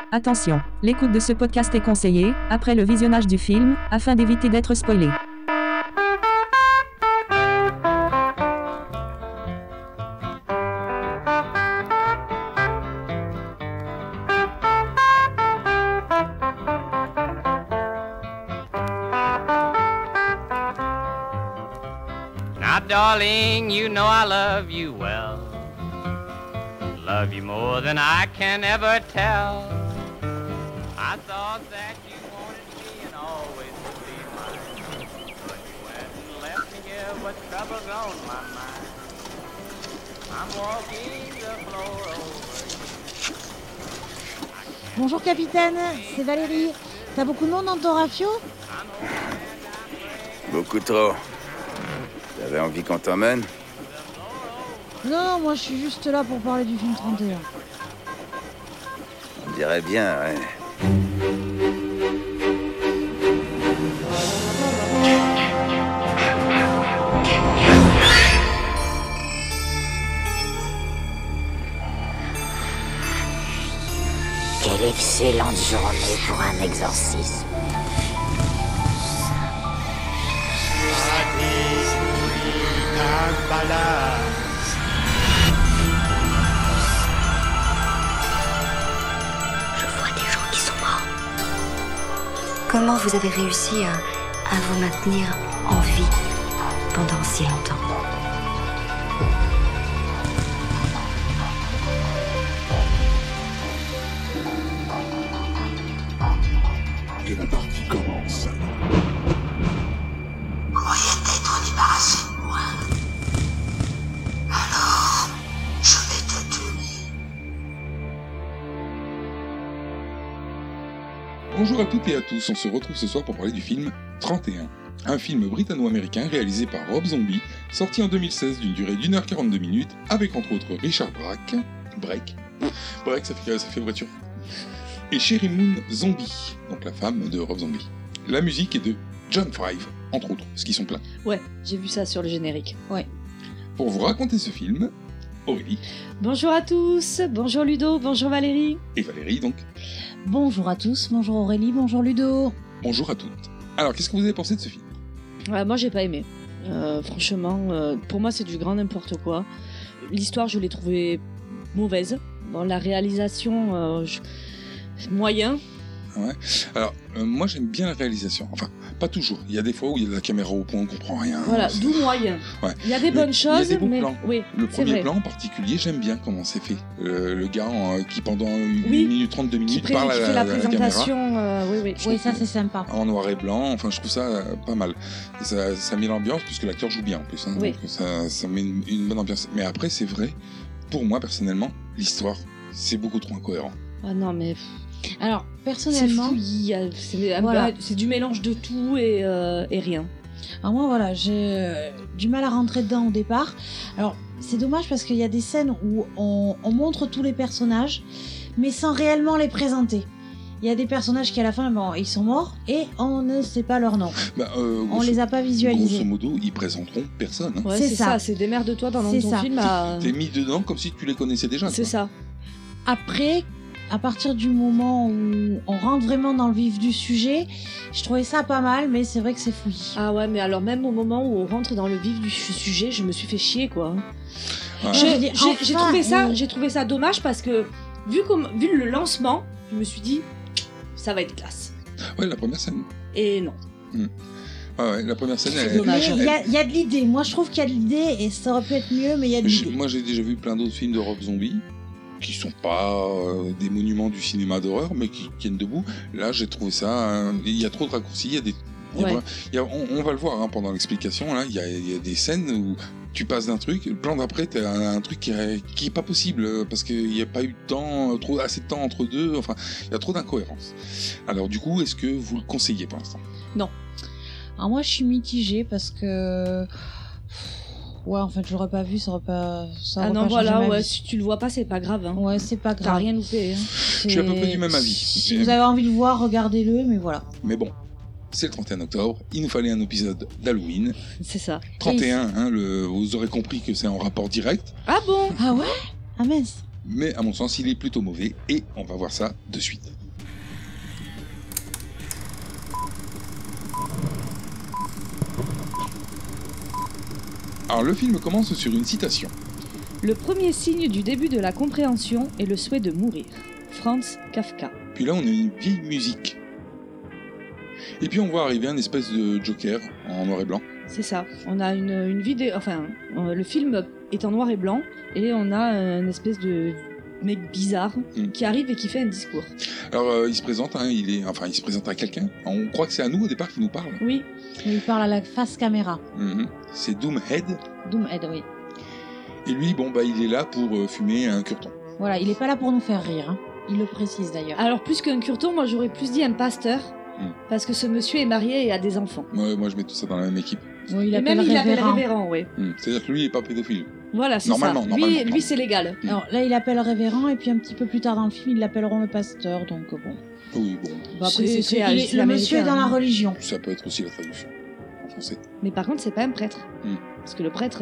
Attention, l'écoute de ce podcast est conseillée, après le visionnage du film, afin d'éviter d'être spoilé. Now, darling, you know I love you well. Love you more than I can ever tell. I thought that you wanted me and always would be mine. But you went and left me here with troubles on my mind. I'm walking the floor over you. Bonjour capitaine, c'est Valérie. T'as beaucoup de monde dans ton rafio? Beaucoup trop. T'avais envie qu'on t'emmène? Non, moi je suis juste là pour parler du film 31. On dirait bien, ouais. Quelle excellente journée pour un exorcisme. Je vois des gens qui sont morts. Comment vous avez réussi à vous maintenir en vie pendant si longtemps? Et la partie commence. Croyez t'être débarrassé de moi. Alors, je vais te tuer. Bonjour à toutes et à tous, on se retrouve ce soir pour parler du film 31. Un film britanno-américain réalisé par Rob Zombie, sorti en 2016 d'une durée d'1h42 minutes, avec entre autres Richard Brake, ça fait voiture, et Sherry Moon Zombie, donc la femme de Rob Zombie. La musique est de John Five, entre autres, ce qui sont pleins. Ouais, j'ai vu ça sur le générique. Ouais. Pour vous raconter ce film, Aurélie. Bonjour à tous, bonjour Ludo, bonjour Valérie. Et Valérie, donc. Bonjour à tous, bonjour Aurélie, bonjour Ludo. Bonjour à toutes. Alors, qu'est-ce que vous avez pensé de ce film? Moi, j'ai pas aimé. Franchement, pour moi, c'est du grand n'importe quoi. L'histoire, je l'ai trouvée mauvaise. Bon, la réalisation, moyen. Ouais. Alors, moi, j'aime bien la réalisation. Enfin, pas toujours. Il y a des fois où il y a de la caméra au point, on comprend rien. Voilà, d'où moyen. Ouais. Il y a des bonnes choses, il y a des beaux mais plans. oui, Le c'est premier vrai. plan en particulier, j'aime bien comment c'est fait. Le gars qui pendant 1 Oui. minute 30, 2 minutes Qui parle fait à la la présentation, caméra. oui. Oui, ça c'est sympa. En noir et blanc, enfin je trouve ça pas mal. Ça met l'ambiance, puisque l'acteur joue bien en plus. Hein, Oui. donc ça met une bonne ambiance. Mais après, c'est vrai, pour moi personnellement, l'histoire, c'est beaucoup trop incohérent. Ah non, mais Alors, c'est personnellement, fouillis, Voilà. c'est du mélange de tout et rien. alors moi voilà, j'ai du mal à rentrer dedans au départ. Alors, c'est dommage parce qu'il y a des scènes où on montre tous les personnages, mais sans réellement les présenter. Il y a des personnages qui à la fin, bon, ils sont morts et on ne sait pas leur nom. On les a pas visualisés. Grosso modo, ils présenteront personne. Hein. Ouais, C'est c'est ça. ça, c'est démerde-toi dans C'est ton ça. film. T'es mis dedans comme si tu les connaissais déjà. C'est quoi. ça. Après, à partir du moment où on rentre vraiment dans le vif du sujet, je trouvais ça pas mal, mais c'est vrai que c'est fouillis. Ah ouais, mais alors même au moment où on rentre dans le vif du sujet, je me suis fait chier, quoi. Ouais. Je dis, J'ai enfin, trouvé ça dommage parce que vu le lancement, je me suis dit ça va être classe. Ouais, la première scène. Et non. Ouais, la première scène, C'est elle, dommage. mais il y a de l'idée. Moi, je trouve qu'il y a de l'idée et ça aurait pu être mieux, mais il y a de l'idée. Moi, j'ai déjà vu plein d'autres films de Rob Zombie qui sont pas des monuments du cinéma d'horreur, mais qui tiennent debout. Là, j'ai trouvé ça. Il y a trop de raccourcis. Il y a des. Ouais. On va le voir hein, pendant l'explication. Là, il y a des scènes où tu passes d'un truc, le plan d'après, t'as un truc qui est pas possible parce qu'il n'y a pas eu de temps, assez de temps entre deux. Enfin, il y a trop d'incohérences. Alors, du coup, est-ce que vous le conseillez pour l'instant? Alors moi, je suis mitigée parce que ouais, en fait, je l'aurais pas vu, ça aurait pas. Ça Ah aurait non, pas changé voilà, ma ouais, vie. si tu le vois pas, c'est pas grave. Hein. Ouais, c'est pas T'as grave. rien loupé. Hein. Je suis à peu près du même avis. Si vous avez envie de voir, regardez-le, mais voilà. Mais bon, c'est le 31 octobre, il nous fallait un épisode d'Halloween. C'est ça. 31, hein, vous aurez compris que c'est en rapport direct, Ah bon? Ah ouais? Ah mince. mais à mon sens, il est plutôt mauvais, et on va voir ça de suite. Alors le film commence sur une citation. Le premier signe du début de la compréhension est le souhait de mourir. Franz Kafka. Puis là on a une vieille musique. Et puis on voit arriver un espèce de Joker en noir et blanc. C'est ça. On a une vidéo... Enfin, le film est en noir et blanc et on a une espèce de mec bizarre qui arrive et qui fait un discours. Alors il se présente, hein, il se présente à quelqu'un. On croit que c'est à nous au départ qui nous parle. Oui. Il parle à la face caméra. C'est Doomhead. Doomhead, oui. Et lui, il est là pour fumer un curton. Voilà, il est pas là pour nous faire rire. Hein. Il le précise d'ailleurs. Alors plus qu'un curton, moi j'aurais plus dit un pasteur. Parce que ce monsieur est marié et a des enfants. Ouais, moi je mets tout ça dans la même équipe. Oui, il appelle révérend, oui. C'est-à-dire que lui, il est pas pédophile. Voilà, c'est normalement, ça. Normalement. Lui, c'est légal. Alors là, il appelle révérend, et puis un petit peu plus tard dans le film, ils l'appellерont le pasteur, donc bon. Oui, bon. Bah, après, c'est le monsieur est dans la religion. Ça peut être aussi la traduction en français. Mais par contre, c'est pas un prêtre. Parce que le prêtre,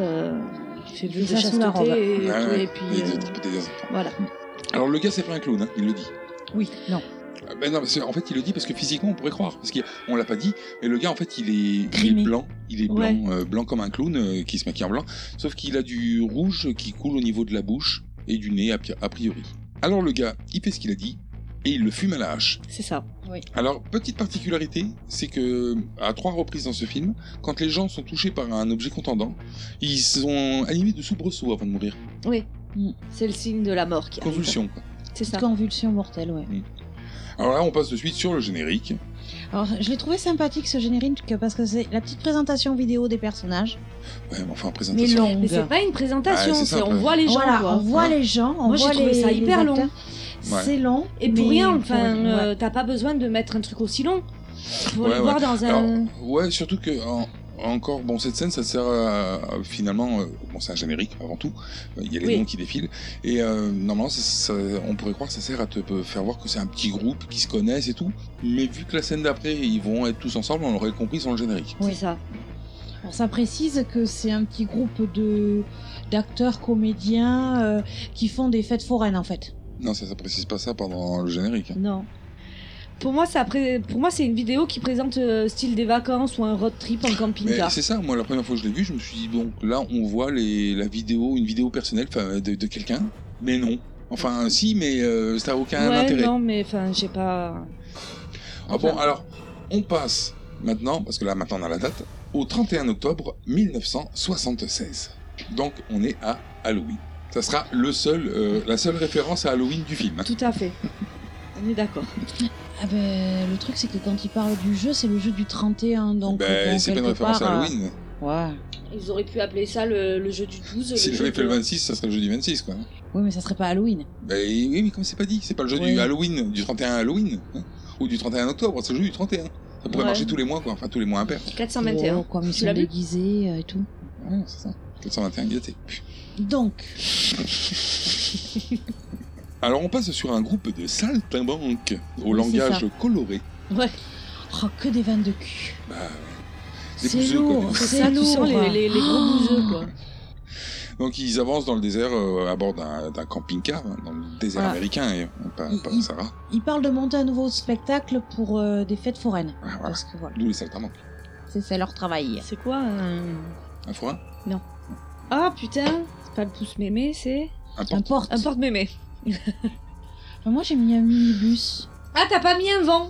il fait vœu de ça sous la robe. chasteté et puis... Voilà. Alors le gars, c'est pas un clown, hein, il le dit. Oui, non. Ben non, en fait, il le dit parce que physiquement, on pourrait croire. Parce qu'on l'a pas dit, mais le gars, en fait, il est blanc. Il est blanc, blanc comme un clown qui se maquille en blanc. Sauf qu'il a du rouge qui coule au niveau de la bouche et du nez, a priori. Alors le gars, il fait ce qu'il a dit et il le fume à la hache. C'est ça. Oui. Alors, petite particularité, c'est que à 3 reprises dans ce film, quand les gens sont touchés par un objet contendant, ils sont animés de soubresauts avant de mourir. Oui. C'est le signe de la mort qui arrive. Convulsion, quoi. C'est ça. Convulsion mortelle, ouais. Alors là, on passe de suite sur le générique. Alors, je l'ai trouvé sympathique ce générique parce que c'est la petite présentation vidéo des personnages. Ouais, mais enfin, présentation. Mais longue. Mais c'est pas une présentation, c'est on voit les gens. Voilà, quoi. on voit les gens, on Moi, voit j'ai trouvé ça hyper long. Ouais. C'est long. Et pour mais rien, t'as pas besoin de mettre un truc aussi long. Pour le voir dans un... Alors, ouais, surtout que... Encore, cette scène, ça sert à finalement, c'est un générique avant tout, il y a les noms qui défilent, et normalement, on pourrait croire que ça sert à te faire voir que c'est un petit groupe qui se connaissent et tout, mais vu que la scène d'après, ils vont être tous ensemble, on l'aurait compris sans le générique. Oui, ça. Alors, ça précise que c'est un petit groupe d'acteurs, comédiens qui font des fêtes foraines en fait. Non, ça précise pas ça pendant le générique. Non. Pour moi, c'est une vidéo qui présente style des vacances ou un road trip en camping-car. Mais c'est ça, moi la première fois que je l'ai vu, je me suis dit, donc là on voit une vidéo personnelle de quelqu'un, mais non. Enfin si, mais ça n'a aucun intérêt. Non, mais j'ai pas... Alors, on passe maintenant, parce que là maintenant on a la date, au 31 octobre 1976. Donc on est à Halloween. Ça sera la seule référence à Halloween du film. Tout à fait. On est d'accord. Ah le truc c'est que quand ils parlent du jeu, c'est le jeu du 31, donc... c'est pas une référence à Halloween. Ouais. Ils auraient pu appeler ça le jeu du 12. S'ils avaient fait le 26, ça serait le jeu du 26, quoi. Oui, mais ça serait pas Halloween. Oui, mais comme c'est pas dit, c'est pas le jeu du Halloween, du 31 Halloween, hein, ou du 31 octobre, c'est le jeu du 31. Ça pourrait marcher tous les mois, quoi, enfin tous les mois impairs. 421. Comme ils sont déguisés et tout. Ouais, c'est ça. 421 gâtés. Donc... Alors on passe sur un groupe de saltimbanques au langage coloré. Ouais. Oh, que des vannes de cul. Des c'est bouseux, lourd, quoi. c'est ça, lourd. Les gros bouseux, quoi. Donc ils avancent dans le désert à bord d'un camping-car, dans le désert américain, et pas au Sahara. Ils parlent de monter un nouveau spectacle pour des fêtes foraines. Voilà. Parce que, voilà. D'où les saltimbanques. C'est leur travail. C'est quoi Un forain? Non. Ah putain, c'est pas le pouce mémé, c'est... Un porte. Un porte-mémé. Moi j'ai mis un minibus. Ah, t'as pas mis un vent?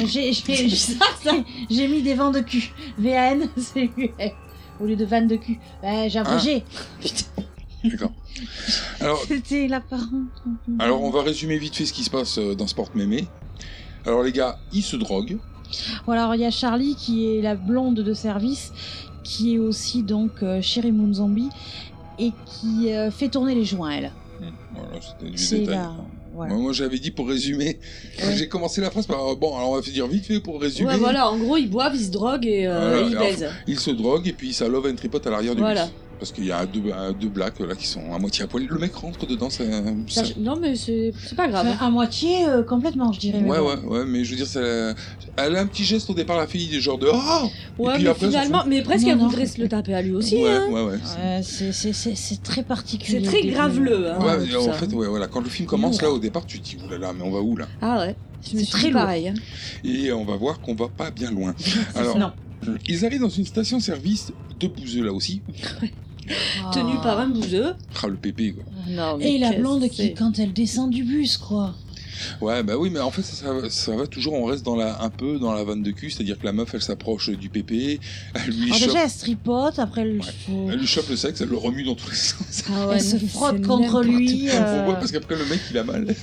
J'ai mis des vents de cul. VAN, c'est au lieu de vannes de cul. J'ai abrégé. Putain. D'accord. Alors, c'était la parente. Alors on va résumer vite fait ce qui se passe dans ce porte-mémé. Alors les gars, ils se droguent. Voilà, alors il y a Charlie qui est la blonde de service, qui est aussi donc Sherry Moon Zombie et qui fait tourner les joints, elle. Voilà, c'était du détail. Voilà. Moi j'avais dit pour résumer, j'ai commencé la phrase par alors on va dire vite fait pour résumer. Ouais, voilà, en gros ils boivent, ils se droguent et ils baisent. Ils se droguent et puis ça love and tripote à l'arrière du bus. Parce qu'il y a deux blacks là qui sont à moitié à poil. Le mec rentre dedans, ça... Non mais c'est pas grave. À moitié, complètement, je dirais. Ouais, mais je veux dire, elle a un petit geste au départ, la fille, genre de ouais, et puis mais après, finalement, mais presque elle voudrait se le taper à lui aussi. Ouais. C'est très particulier. C'est très graveleux. Hein, ouais, en fait, voilà, quand le film commence là au départ, tu te dis oulala, mais on va où là? Ah ouais, c'est très pareil. Hein. Et on va voir qu'on va pas bien loin. Alors, non. Ils arrivent dans une station-service de bouseux là aussi. tenu par un bouseux. Ah, le pépé, quoi. Non, mais Et la qu'est-ce blonde que qui, c'est quand elle descend du bus, quoi. Ouais, bah oui, mais en fait, ça va toujours, on reste un peu dans la vanne de cul, c'est-à-dire que la meuf, elle s'approche du pépé, elle lui Alors chope. déjà, elle se tripote, après elle, Elle lui chope le sexe, elle le remue dans tous les sens. Ah ouais, elle se mais frotte c'est contre n'importe lui. quoi. On voit parce qu'après le mec il a mal.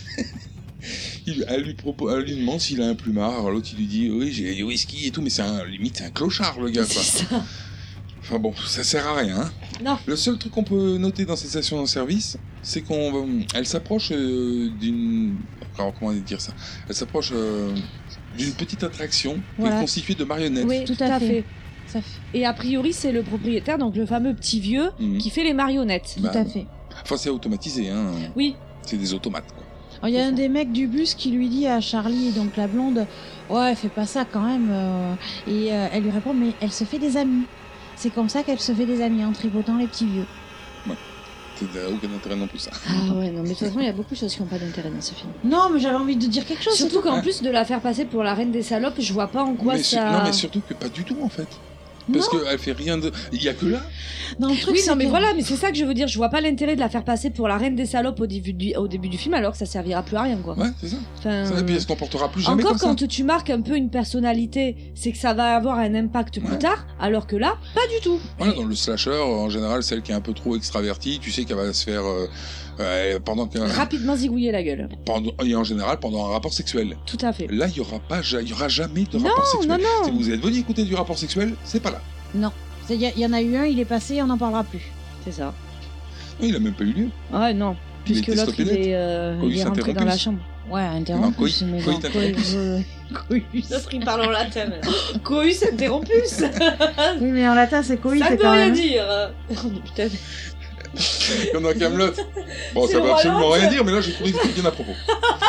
Elle lui demande s'il a un plumard. Alors l'autre il lui dit oui j'ai du whisky et tout, mais limite c'est un clochard le gars quoi. C'est ça. Enfin bon, ça sert à rien. Hein. Non. Le seul truc qu'on peut noter dans cette station de service, c'est qu'elle s'approche d'une. Alors, comment dire ça ? Elle s'approche d'une petite attraction qui Voilà. est constituée de marionnettes. Oui, Tout tout à à fait. fait. Ça fait... Et a priori, c'est le propriétaire, donc le fameux petit vieux, Mhm. qui fait les marionnettes. Bah, Tout à fait. Enfin c'est automatisé, hein. Oui. C'est des automates quoi. Alors, il y a un des mecs du bus qui lui dit à Charlie, donc la blonde, ouais, fais pas ça quand même. Et elle lui répond, mais elle se fait des amis. C'est comme ça qu'elle se fait des amis, en tripotant les petits vieux. Ça n'a aucun intérêt non plus ça. Ah ouais, non, mais de toute façon, il y a beaucoup de choses qui n'ont pas d'intérêt dans ce film. Non, mais j'avais envie de dire quelque chose. c'est Surtout tout. qu'en plus de la faire passer pour la reine des salopes, je vois pas en quoi mais ça. non mais surtout que pas du tout en fait. Parce qu'elle fait rien de. Il y a que là. Dans le truc, Oui, c'est non, mais que- voilà, mais c'est ça que je veux dire. Je vois pas l'intérêt de la faire passer pour la reine des salopes au début du film, alors que ça servira plus à rien, quoi. Ouais, c'est ça. Enfin, Ça, et puis elle se comportera plus jamais encore comme quand tu marques un peu une personnalité, c'est que ça va avoir un impact plus Ouais. tard, alors que là, pas du tout. ça. Voilà, dans le slasher, en général, celle qui est un peu trop extravertie, tu sais qu'elle va se faire pendant que. Rapidement zigouiller la gueule. Et en général, pendant un rapport sexuel. Tout à fait. Là, il y aura jamais de Non, rapport sexuel. non, non. Si vous êtes venu écouter du rapport sexuel, c'est pas là. Non. Il y en a eu un, il est passé, on n'en parlera plus. C'est ça. Il a même pas eu lieu. Ouais, non. Il Puisque était l'autre, stoppé il net. est, Coït il est rentré dans interrompus. la chambre. Ouais, Non, interrompus, mais coït bon. interrompus. Ça serait parlant latin. Coïs interrompus. Oui, mais en latin, c'est coït, Ça c'est veut quand rien même. dire. Oh putain. Comme dans Kaamelott. Bon, C'est ça veut absolument Roland. rien dire, mais là, j'ai trouvé que c'était bien à propos.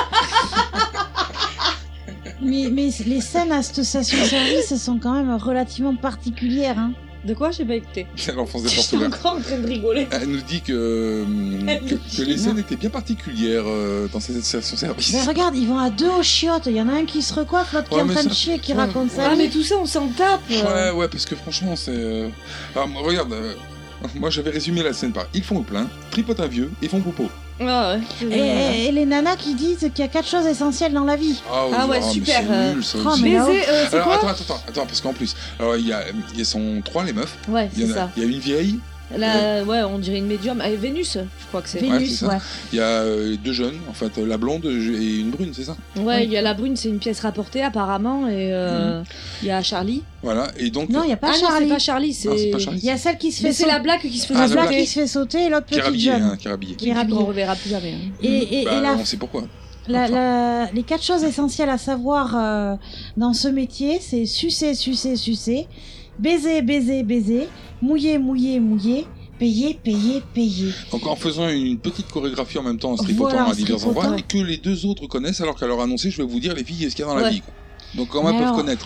Mais les scènes à cette station-service sont quand même relativement particulières. Hein. De quoi j'ai pas écouté? C'est l'enfance des Je portes suis ouvertes. encore en train de rigoler. Elle nous dit que les scènes étaient bien particulières dans cette station-service. Mais regarde, ils vont à deux aux chiottes. Il y en a un qui se recoiffe, l'autre qui Ouais, est en mais train de ça- chier, qui ouais. raconte sa Ah, mais vie. tout ça, on s'en tape. Ouais, parce que franchement, c'est. Alors, regarde, moi j'avais résumé la scène par ils font le plein, tripotent un vieux et font popo. Ah ouais. Et les nanas qui disent qu'il y a 4 choses essentielles dans la vie. Ah ouais, mais super, c'est nul, ça oh, aussi. mais là- Baiser, c'est Alors, quoi? attends, parce qu'en plus, alors il y sont 3 les meufs. Ouais, Il y, c'est en a, ça. il y a une vieille, Là, ouais, on dirait une médium. Ah, Vénus, je crois que c'est. Ouais, Vénus, c'est ça. ouais. il y a 2 jeunes, en fait, la blonde et une brune, c'est ça? Ouais, il y a la brune, c'est une pièce rapportée apparemment, et il y a Charlie. Voilà, et donc. Non, il n'y a pas Ah non, c'est Charlie. pas Charlie, Ah, c'est c'est. pas Charlie. Il y a celle qui se Mais fait c'est sauter. la blague qui se fait Ah, La la blague blague. qui se fait sauter et l'autre qui est petite rhabillée, jeune. hein, qui est rhabillée. Qui est qu'on rhabillée. reverra plus jamais. hein. Et Bah, la- on sait pourquoi. les 4 choses essentielles à savoir dans ce métier, c'est sucer, sucer, sucer, baiser, baiser, baiser, mouiller, mouiller, mouiller, payer, payer, payer. Donc en faisant une petite chorégraphie en même temps en se tripotant Voilà, en à divers tripotant. endroits, et que les 2 autres connaissent, alors qu'à leur annoncer, je vais vous dire les filles, ce qu'il y a dans la Ouais. vie. Quoi. Donc quand même Mais peuvent alors- connaître.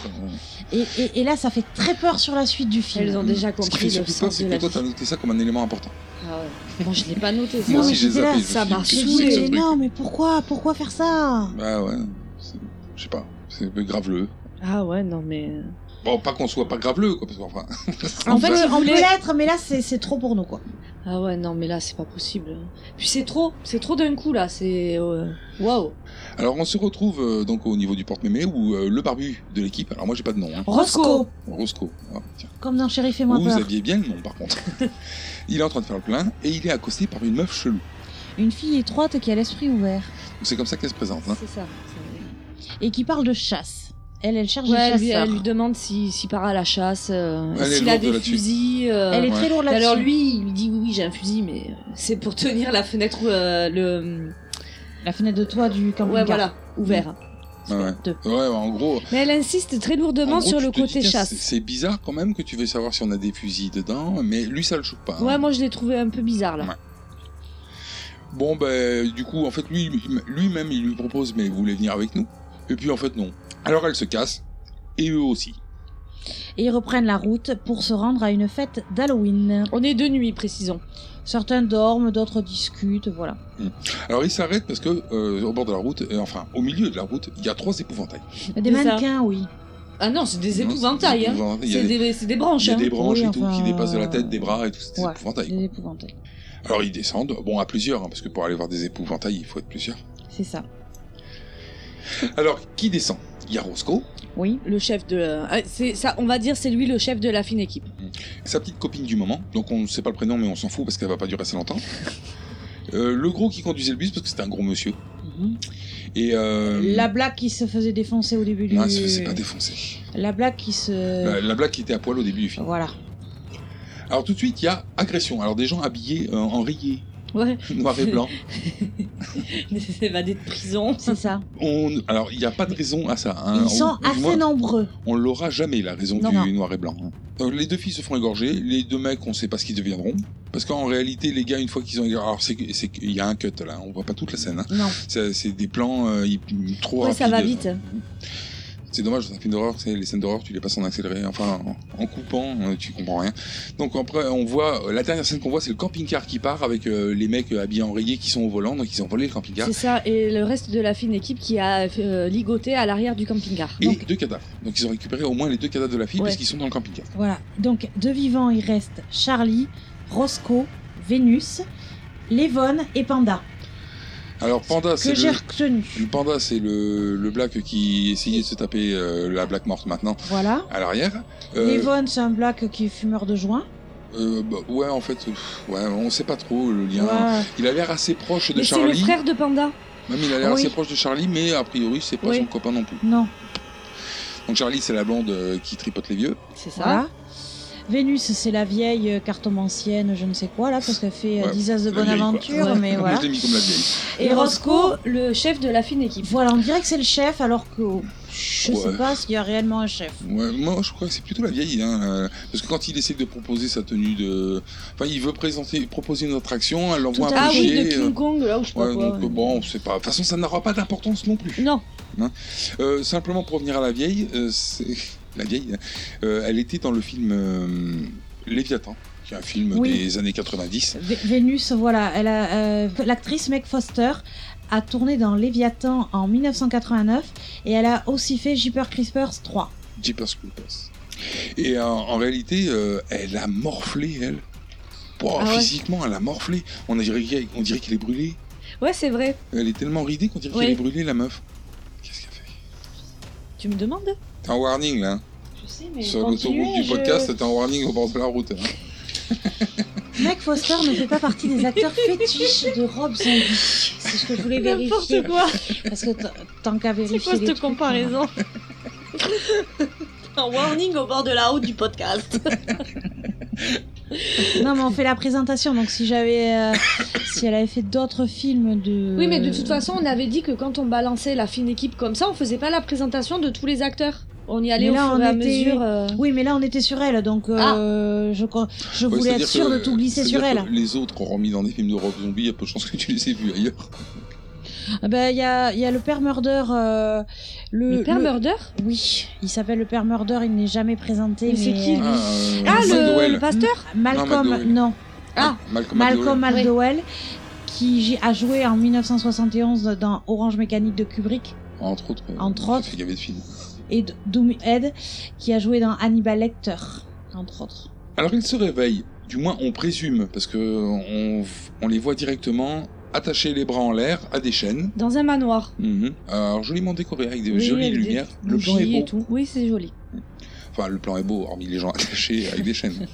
Et là, ça fait très peur sur la suite du film. Elles ont déjà Ce qui compris fait le surtout peur, sens c'est de que la toi, vie. t'as noté ça comme un élément important. Ah ouais. Moi, je l'ai pas noté. ça. Moi Non, aussi, mais je les j'étais là, zappé. je me ça suis dit, marche. qu'est-ce Je que me c'est que ce disais, truc non, mais pourquoi faire ça? Bah ouais, je sais pas, c'est graveleux. Ah ouais, non mais. Bon, pas qu'on soit pas graveleux, quoi, parce qu'enfin. En fait, on peut voulait- l'être, mais là, c'est trop pour nous, quoi. Ah ouais, non mais là, c'est pas possible. Puis c'est trop d'un coup là, c'est. Waouh. Alors on se retrouve donc au niveau du porte-mémé où le barbu de l'équipe, alors moi j'ai pas de nom, hein. Roscoe, Roscoe. Ah, tiens. comme dans Chéri, fais-moi Vous peur. aviez bien le nom par contre. Il est en train de faire le plein et il est accosté par une meuf chelou. Une fille étroite qui a l'esprit ouvert Donc c'est comme ça qu'elle se présente. Hein. C'est ça. et qui parle de chasse. Elle cherche Ouais, des lui, chasseurs. elle lui demande s'il part à la chasse, Elle est s'il a lourde des là-dessus. fusils. Elle est Ouais. très lourde Et là-dessus. alors lui, il lui dit oui, j'ai un fusil, mais c'est pour tenir la fenêtre, La fenêtre de toit du camping-car. ouais, voilà, ouvert. Ouais. Deux. Ouais, en gros. Mais elle insiste très lourdement en gros, sur tu le te dis, côté tiens, chasse. c'est bizarre quand même que tu veux savoir si on a des fusils dedans, mais lui ça le choque pas. hein. Ouais, moi je l'ai trouvé un peu bizarre là. Ouais. Bon, ben, du coup, en fait, lui-même, il lui propose, mais vous voulez venir avec nous? Et puis, en fait, non. Alors, elle se casse, et eux aussi. Et ils reprennent la route pour se rendre à une fête d'Halloween. On est de nuit, précisons. Certains dorment, d'autres discutent, voilà. Alors, ils s'arrêtent parce que, au bord de la route, enfin, au milieu de la route, il y a 3 épouvantails. Des C'est ça. mannequins, oui. Ah non, c'est des épouvantails. Hein. C'est des branches. Il y a des hein. branches Oui, et tout qui dépassent de la tête, des bras et tout. C'est des Ouais, épouvantails. des quoi. épouvantails. Alors ils descendent, bon à plusieurs, hein, parce que pour aller voir des épouvantails, il faut être plusieurs. C'est ça. Alors, qui descend? Il y a Roscoe, Oui. Le chef de... c'est ça, on va dire c'est lui le chef de la fine équipe. sa petite copine du moment, donc on ne sait pas le prénom mais on s'en fout parce qu'elle va pas durer assez longtemps. Le gros qui conduisait le bus parce que c'était un gros monsieur. Et La blague qui se faisait défoncer au début du... non, elle se faisait pas défoncer. La blague qui se... La blague qui était à poil au début du film. Voilà. Alors tout de suite, il y a agression. Alors des gens habillés en rayé, Ouais. noir et blanc. C'est évadé de prison. C'est ça. Alors il n'y a pas de raison à ça. Hein. Ils sont assez nombreux. On l'aura jamais, la raison Non. du noir et blanc. Les deux filles se font égorger, les deux mecs, on sait pas ce qu'ils deviendront. Parce qu'en réalité, les gars, une fois qu'ils ont égorgé... Alors, il y a un cut, là, on voit pas toute la scène. Hein. Non. C'est des plans trop Ouais, rapides. ça va vite. C'est dommage, dans un film d'horreur, les scènes d'horreur, tu les passes en accéléré, enfin, en coupant, tu comprends rien. Donc après, on voit... La dernière scène qu'on voit, c'est le camping-car qui part avec les mecs habillés en rayé qui sont au volant, donc ils ont volé le camping-car. C'est ça, et le reste de la fine équipe qui a ligoté à l'arrière du camping-car. Et deux cadavres. Donc ils ont récupéré au moins les deux cadavres de la fille, Ouais. puisqu'ils sont dans le camping-car. Voilà. Donc, de vivants, il reste Charlie, Roscoe, Vénus, Levon et Panda. Alors Panda, c'est Que j'ai retenu. le Panda, c'est le black qui essayait de se taper la black morte maintenant Voilà. à l'arrière. Levon, c'est un black qui est fumeur de joint. Ouais, en fait, ouais, on sait pas trop le lien. Ouais. Il a l'air assez proche de Mais c'est le Charlie. frère de Panda. Même il a l'air Oui. assez proche de Charlie, mais a priori c'est pas Oui. son copain non plus. Non. Donc Charlie, c'est la blonde qui tripote les vieux. C'est ça. Voilà. Vénus, c'est la vieille cartomancienne, je ne sais quoi, là, parce qu'elle fait Ouais, 10 as de la bonne vieille, quoi. aventure, Ouais. mais Moi, voilà. je l'ai mis comme la vieille. Et Et Roscoe, le chef de la fine équipe. Voilà, on dirait que c'est le chef, alors que je Ouais. sais pas s'il y a réellement un chef. Ouais, moi, je crois que c'est plutôt la vieille, hein, parce que quand il essaie de proposer sa tenue de, enfin, il veut proposer une attraction, elle l'envoie Tout un à peu Ah oui, chier. de King Kong, là où je sais pas Ouais, quoi. donc bon, c'est pas. De toute façon, ça n'aura pas d'importance non plus. Non. Simplement pour revenir à la vieille, la vieille, elle était dans le film Léviathan, qui est un film Oui. des années 90. Vénus, voilà, elle a l'actrice Meg Foster a tourné dans Léviathan en 1989 et elle a aussi fait Jeepers Creepers 3. Jeepers Creepers. Et en réalité, elle a morflé, elle. Wow, Ah ouais. physiquement, elle a morflé. On dirait qu'elle est brûlée. Ouais, c'est vrai. Elle est tellement ridée qu'on dirait Oui. qu'elle est brûlée, la meuf. Qu'est-ce qu'elle fait? Tu me demandes? T'es en warning, là. Je sais, mais Sur l'autoroute du podcast, t'es en warning au bord de la route. Hein. Meg Foster ne fait pas partie des acteurs fétiches de Rob Zombie. C'est ce que je voulais vérifier. N'importe quoi. Parce que tant qu'à vérifier. C'est quoi les cette trucs, comparaison? Un warning au bord de la route du podcast. Non, mais on fait la présentation, donc si j'avais. Si elle avait fait d'autres films de. Oui, mais de toute façon, on avait dit que quand on balançait la fine équipe comme ça, on faisait pas la présentation de tous les acteurs. On y allait Mais là, au fur et à on était- mesure. Oui, mais là on était sur elle, donc je Ouais, voulais c'est-à-dire être sûre que- de tout glisser sur c'est-à-dire elle. que Les autres ont remis dans des films de Rob Zombie, il y a peu de chances que tu les aies vus ailleurs. Ah ben, il y a le père Murder. Le père Murder? Oui, il s'appelle le père Murder, il n'est jamais présenté. Mais c'est qui, lui Ah, le pasteur? Malcolm, McDowell. non. Ah, Malcolm McDowell. McDowell, qui a joué en 1971 dans Orange Mécanique de Kubrick, Entre autres. Entre autres. Il fait gaver de films. et Doomhead, qui a joué dans Hannibal Lecter, entre autres. Alors il se réveille, du moins on présume, parce que on les voit directement attacher les bras en l'air à des chaînes. dans un manoir. Alors joliment décoré avec des Oui, jolies avec des lumières. Le plan est bougies beau. et tout. Oui, c'est joli. Enfin, le plan est beau, hormis les gens attachés avec des chaînes.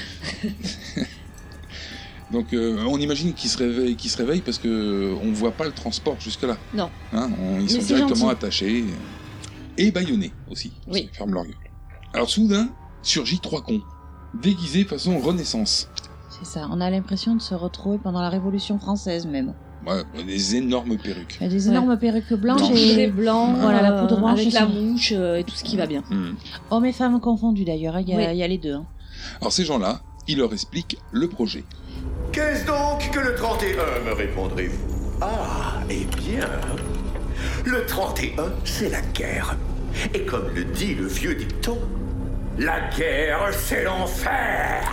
Donc, on imagine qu'ils se réveillent parce que on voit pas le transport jusque-là. Non. Hein, ils Mais sont c'est directement gentil. attachés et bâillonnés aussi. Oui. Ils ferment leur gueule. Alors, soudain, surgit trois cons, déguisés façon Renaissance. C'est ça, on a l'impression de se retrouver pendant la Révolution française même. Ouais, des énormes perruques. Il y a des énormes perruques blanches Blanches. Les et blancs, Voilà, la poudre blanche avec et la son- mouche et tout ce qui va bien. hommes et femmes confondus d'ailleurs, hein, il y a- Oui. il y a les deux. hein. Alors, ces gens-là, ils leur expliquent le projet. Qu'est-ce donc que le 31, me répondrez-vous? Ah, eh bien, le 31, c'est la guerre. Et comme le dit le vieux dicton, la guerre, c'est l'enfer.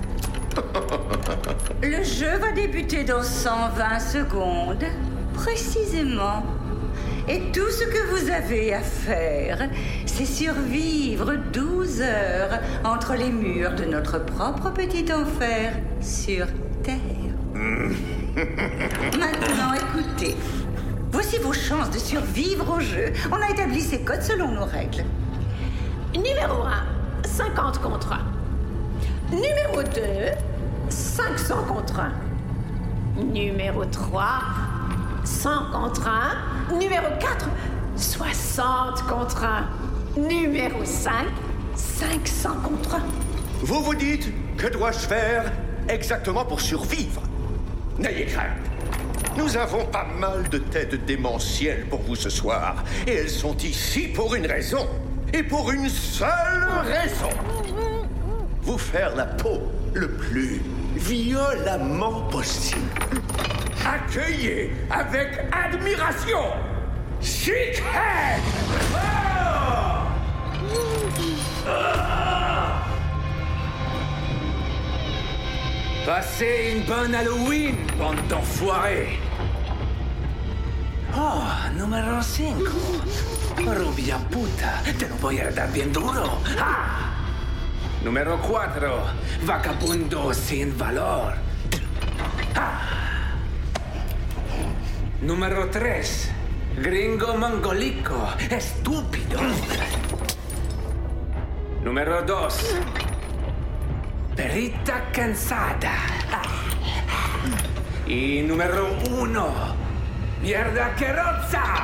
Le jeu va débuter dans 120 secondes, précisément. Et tout ce que vous avez à faire, c'est survivre 12 heures entre les murs de notre propre petit enfer sur Terre. Maintenant, écoutez. Voici vos chances de survivre au jeu. On a établi ces codes selon nos règles. Numéro 1, 50 contre 1. Numéro 2, 500 contre 1. Numéro 3, 100 contre 1. Numéro 4, 60 contre 1. Numéro 5, 500 contre 1. Vous vous dites, que dois-je faire exactement pour survivre? N'ayez crainte. Nous avons pas mal de têtes démentielles pour vous ce soir. Et elles sont ici pour une raison. Et pour une seule raison. Vous faire la peau le plus violemment possible. Accueillez avec admiration Chickhead! Passez une bonne Halloween, bande d'enfoirés. Oh, número 5. Rubia puta, te lo voy a dar bien duro. Ah. Número 4. Vagabundo sin valor. Ah. Número 3. Gringo mongolico, estúpido. Número 2. Perita cansada. Y número 1. ¡Mierda asquerosa!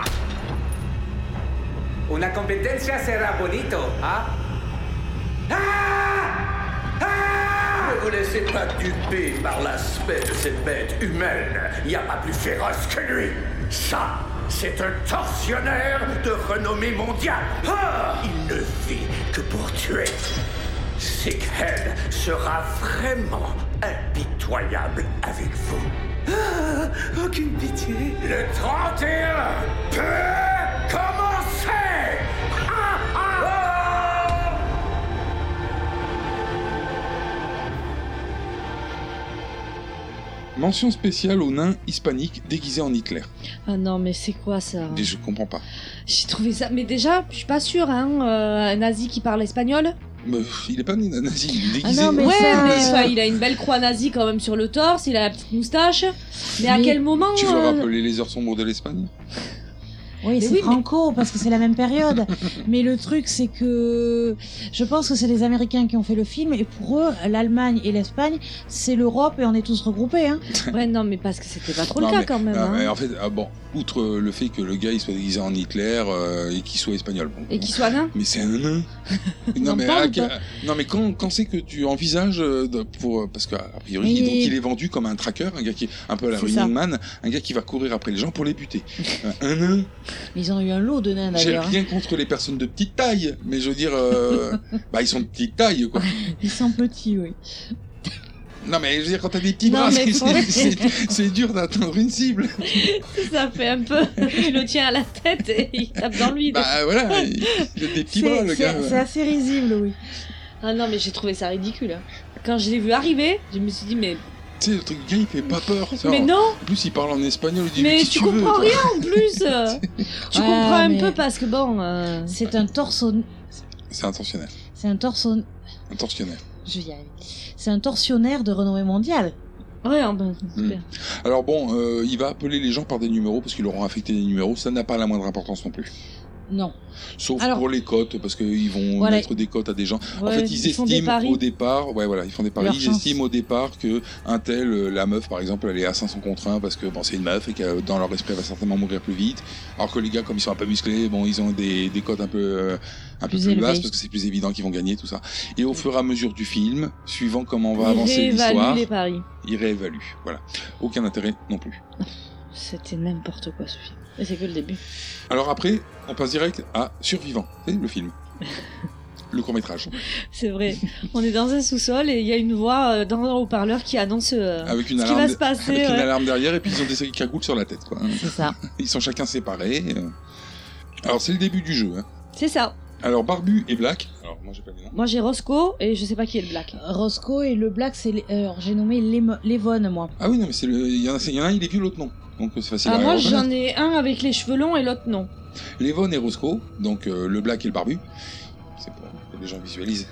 Una competencia será bonito, ¿ah? Ah! Ah! Ne vous laissez pas duper par l'aspect de cette bête humaine. Il n'y a pas plus féroce que lui. Ça, c'est un tortionnaire de renommée mondiale. Ah! Il ne vit que pour tuer. Sickhead sera vraiment impitoyable avec vous. Ah, aucune pitié. Le 31 peut commencer. Ah, ah. Mention spéciale aux nains hispaniques déguisés en Hitler. Ah non, mais c'est quoi ça? Et je comprends pas. J'ai trouvé ça... Mais déjà, je suis pas sûre, hein, un nazi qui parle espagnol. Il est pas nazi, il est déguisé. Ah non, mais ouais, il a une belle croix nazie quand même sur le torse, il a la petite moustache. Mais à quel moment... Tu veux rappeler les heures sombres de l'Espagne? Oui, c'est Franco, parce que c'est la même période. Mais le truc, c'est que je pense que c'est les Américains qui ont fait le film, et pour eux, l'Allemagne et l'Espagne, c'est l'Europe, et on est tous regroupés. Hein. Ouais, non, mais parce que c'était pas trop le cas quand même. Non, hein. mais en fait, bon, outre le fait que le gars il soit déguisé en Hitler et qu'il soit espagnol. Bon, et qu'il soit nain. Mais c'est un nain. non, mais quand c'est que tu envisages parce qu'a priori, donc, il est vendu comme un tracker, un gars qui est un peu à la Running Man, un gars qui va courir après les gens pour les buter. Un nain. Ils ont eu un lot de nains d'ailleurs. J'ai rien contre les personnes de petite taille, mais je veux dire, ils sont de petite taille, quoi. Ils sont petits, oui. Non, mais je veux dire, quand t'as des petits bras, c'est dur d'atteindre une cible. Ça fait un peu. Tu le tiens à la tête et il tape dans le vide. Bah voilà, il a des petits bras, le gars. C'est assez risible, oui. Ah non, mais j'ai trouvé ça ridicule. Hein. Quand je l'ai vu arriver, je me suis dit, mais. Tu sais, le truc gars, il fait pas peur. Ça. Mais non. En plus, il parle en espagnol. Il dit, mais tu comprends rien en plus. Tu comprends un peu parce que bon. C'est un torsion. C'est un tortionnaire. C'est un torsion. Un tortionnaire. Je vais y arriver. C'est un tortionnaire de renommée mondiale. Ouais, super. Alors bon, il va appeler les gens par des numéros parce qu'ils leur ont affecté des numéros. Ça n'a pas la moindre importance non plus. Non. Sauf pour les cotes, parce qu'ils vont mettre des cotes à des gens. Ouais, en fait, ils estiment au départ, ils font des paris, ils estiment au départ que un tel, la meuf par exemple, elle est à 500 contre 1 parce que bon, c'est une meuf et que dans leur esprit elle va certainement mourir plus vite. Alors que les gars, comme ils sont un peu musclés, bon, ils ont des cotes un peu plus basses parce que c'est plus évident qu'ils vont gagner tout ça. Et au fur et à mesure du film, suivant comment on va avancer l'histoire, les paris. Ils réévaluent. Voilà. Aucun intérêt non plus. C'était n'importe quoi ce film. Et c'est que le début. Alors après, on passe direct à Survivant, c'est le film. Le court-métrage. C'est vrai. On est dans un sous-sol et il y a une voix dans un haut-parleur qui annonce avec une ce qui va se passer. Avec une alarme derrière et puis ils ont des cagoules sur la tête, quoi. C'est ça. Ils sont chacun séparés. Alors c'est le début du jeu. Hein. C'est ça. Alors Barbu et Black. Alors moi j'ai pas les noms. Moi j'ai Roscoe et je sais pas qui est le Black. Roscoe et le Black, c'est j'ai nommé Levon, moi. Ah oui, non mais il y en a un il est vieux, l'autre non. donc c'est facile à moi reconnaître. j'en ai un avec les cheveux longs et l'autre non. Levon et Roscoe, donc le black et le barbu, c'est pour que les gens visualisent.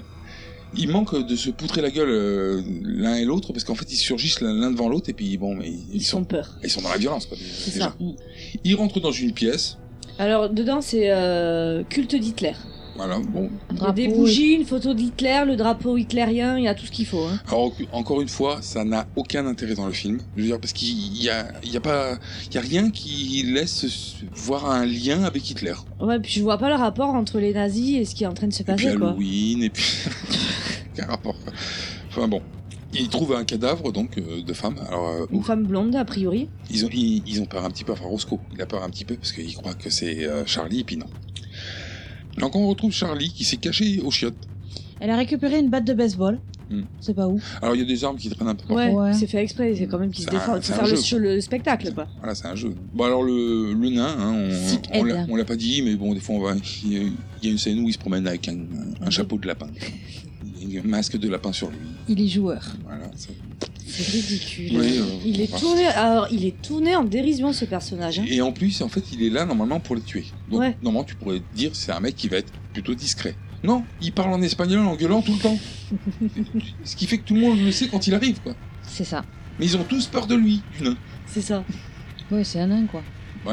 Ils manquent de se poutrer la gueule l'un et l'autre parce qu'en fait ils surgissent l'un devant l'autre et puis bon, mais ils sont peur. Ils sont dans la violence quoi. C'est déjà. ça. Ils rentrent dans une pièce. Alors dedans c'est culte d'Hitler. Voilà, bon. Il y a des bougies, une photo d'Hitler, le drapeau hitlérien, il y a tout ce qu'il faut. Hein. Alors encore une fois, ça n'a aucun intérêt dans le film. Je veux dire parce qu'il y a rien qui laisse voir un lien avec Hitler. Ouais, puis je vois pas le rapport entre les nazis et ce qui est en train de se passer Et puis quoi. Halloween et puis aucun rapport. Enfin bon. Ils trouvent un cadavre donc de femme. Alors Une femme blonde a priori. ils ont peur un petit peu. Enfin Roscoe, il a peur un petit peu parce qu'il croit que c'est Charlie et puis non. Donc on retrouve Charlie qui s'est caché aux chiottes. Elle a récupéré une batte de baseball. C'est pas où. Alors il y a des armes qui traînent un peu. Ouais, c'est fait exprès, c'est quand même qu'il se défend. Il faut faire le spectacle quoi. Voilà, c'est un jeu. Bon alors le nain, hein, on l'a pas dit, mais bon des fois il y a une scène où il se promène avec un chapeau de lapin. Un masque de lapin sur lui. Il est joueur. Voilà, c'est ridicule. Oui, il est tourné en dérision ce personnage. Hein. Et en plus, en fait, il est là normalement pour les tuer. Donc normalement, tu pourrais dire c'est un mec qui va être plutôt discret. Non, il parle en espagnol en gueulant tout le temps. Ce qui fait que tout le monde le sait quand il arrive, quoi. C'est ça. Mais ils ont tous peur de lui, du nain. C'est ça. Ouais, c'est un nain, quoi. Ouais.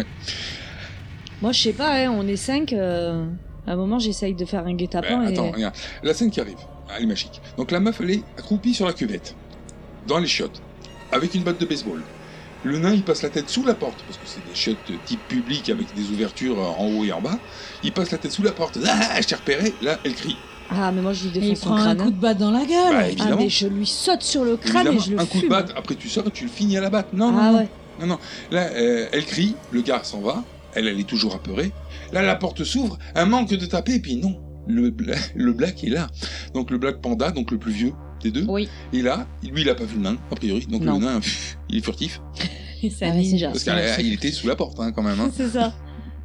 Moi, je sais pas, hein, on est 5. À un moment, j'essaye de faire un guet-apens. Attends, regarde. La scène qui arrive, elle est magique. Donc la meuf, elle est accroupie sur la cuvette, dans les chiottes, avec une batte de baseball. Le nain, il passe la tête sous la porte, parce que c'est des chiottes type public avec des ouvertures en haut et en bas. Il passe la tête sous la porte. Ah, je t'ai repéré. Là, elle crie. Ah, mais moi, je lui défonce il son prend crâne. un coup de batte dans la gueule. Bah, évidemment. Ah, mais je lui saute sur le crâne Évidemment, et je le un coup de fume. batte, après tu sors et tu le finis à la batte. Non, Ah non, ouais. non. Là, elle crie, le gars s'en va, elle est toujours apeurée. Là, la porte s'ouvre, elle manque de taper, et puis non, le black est là. Donc le black panda, donc le plus vieux des deux, il est là. Lui, il a pas vu le nain, a priori. Donc Non. le nain, il est furtif. C'est un ninja. Parce qu'il était sous la porte, hein, quand même. Hein. C'est ça.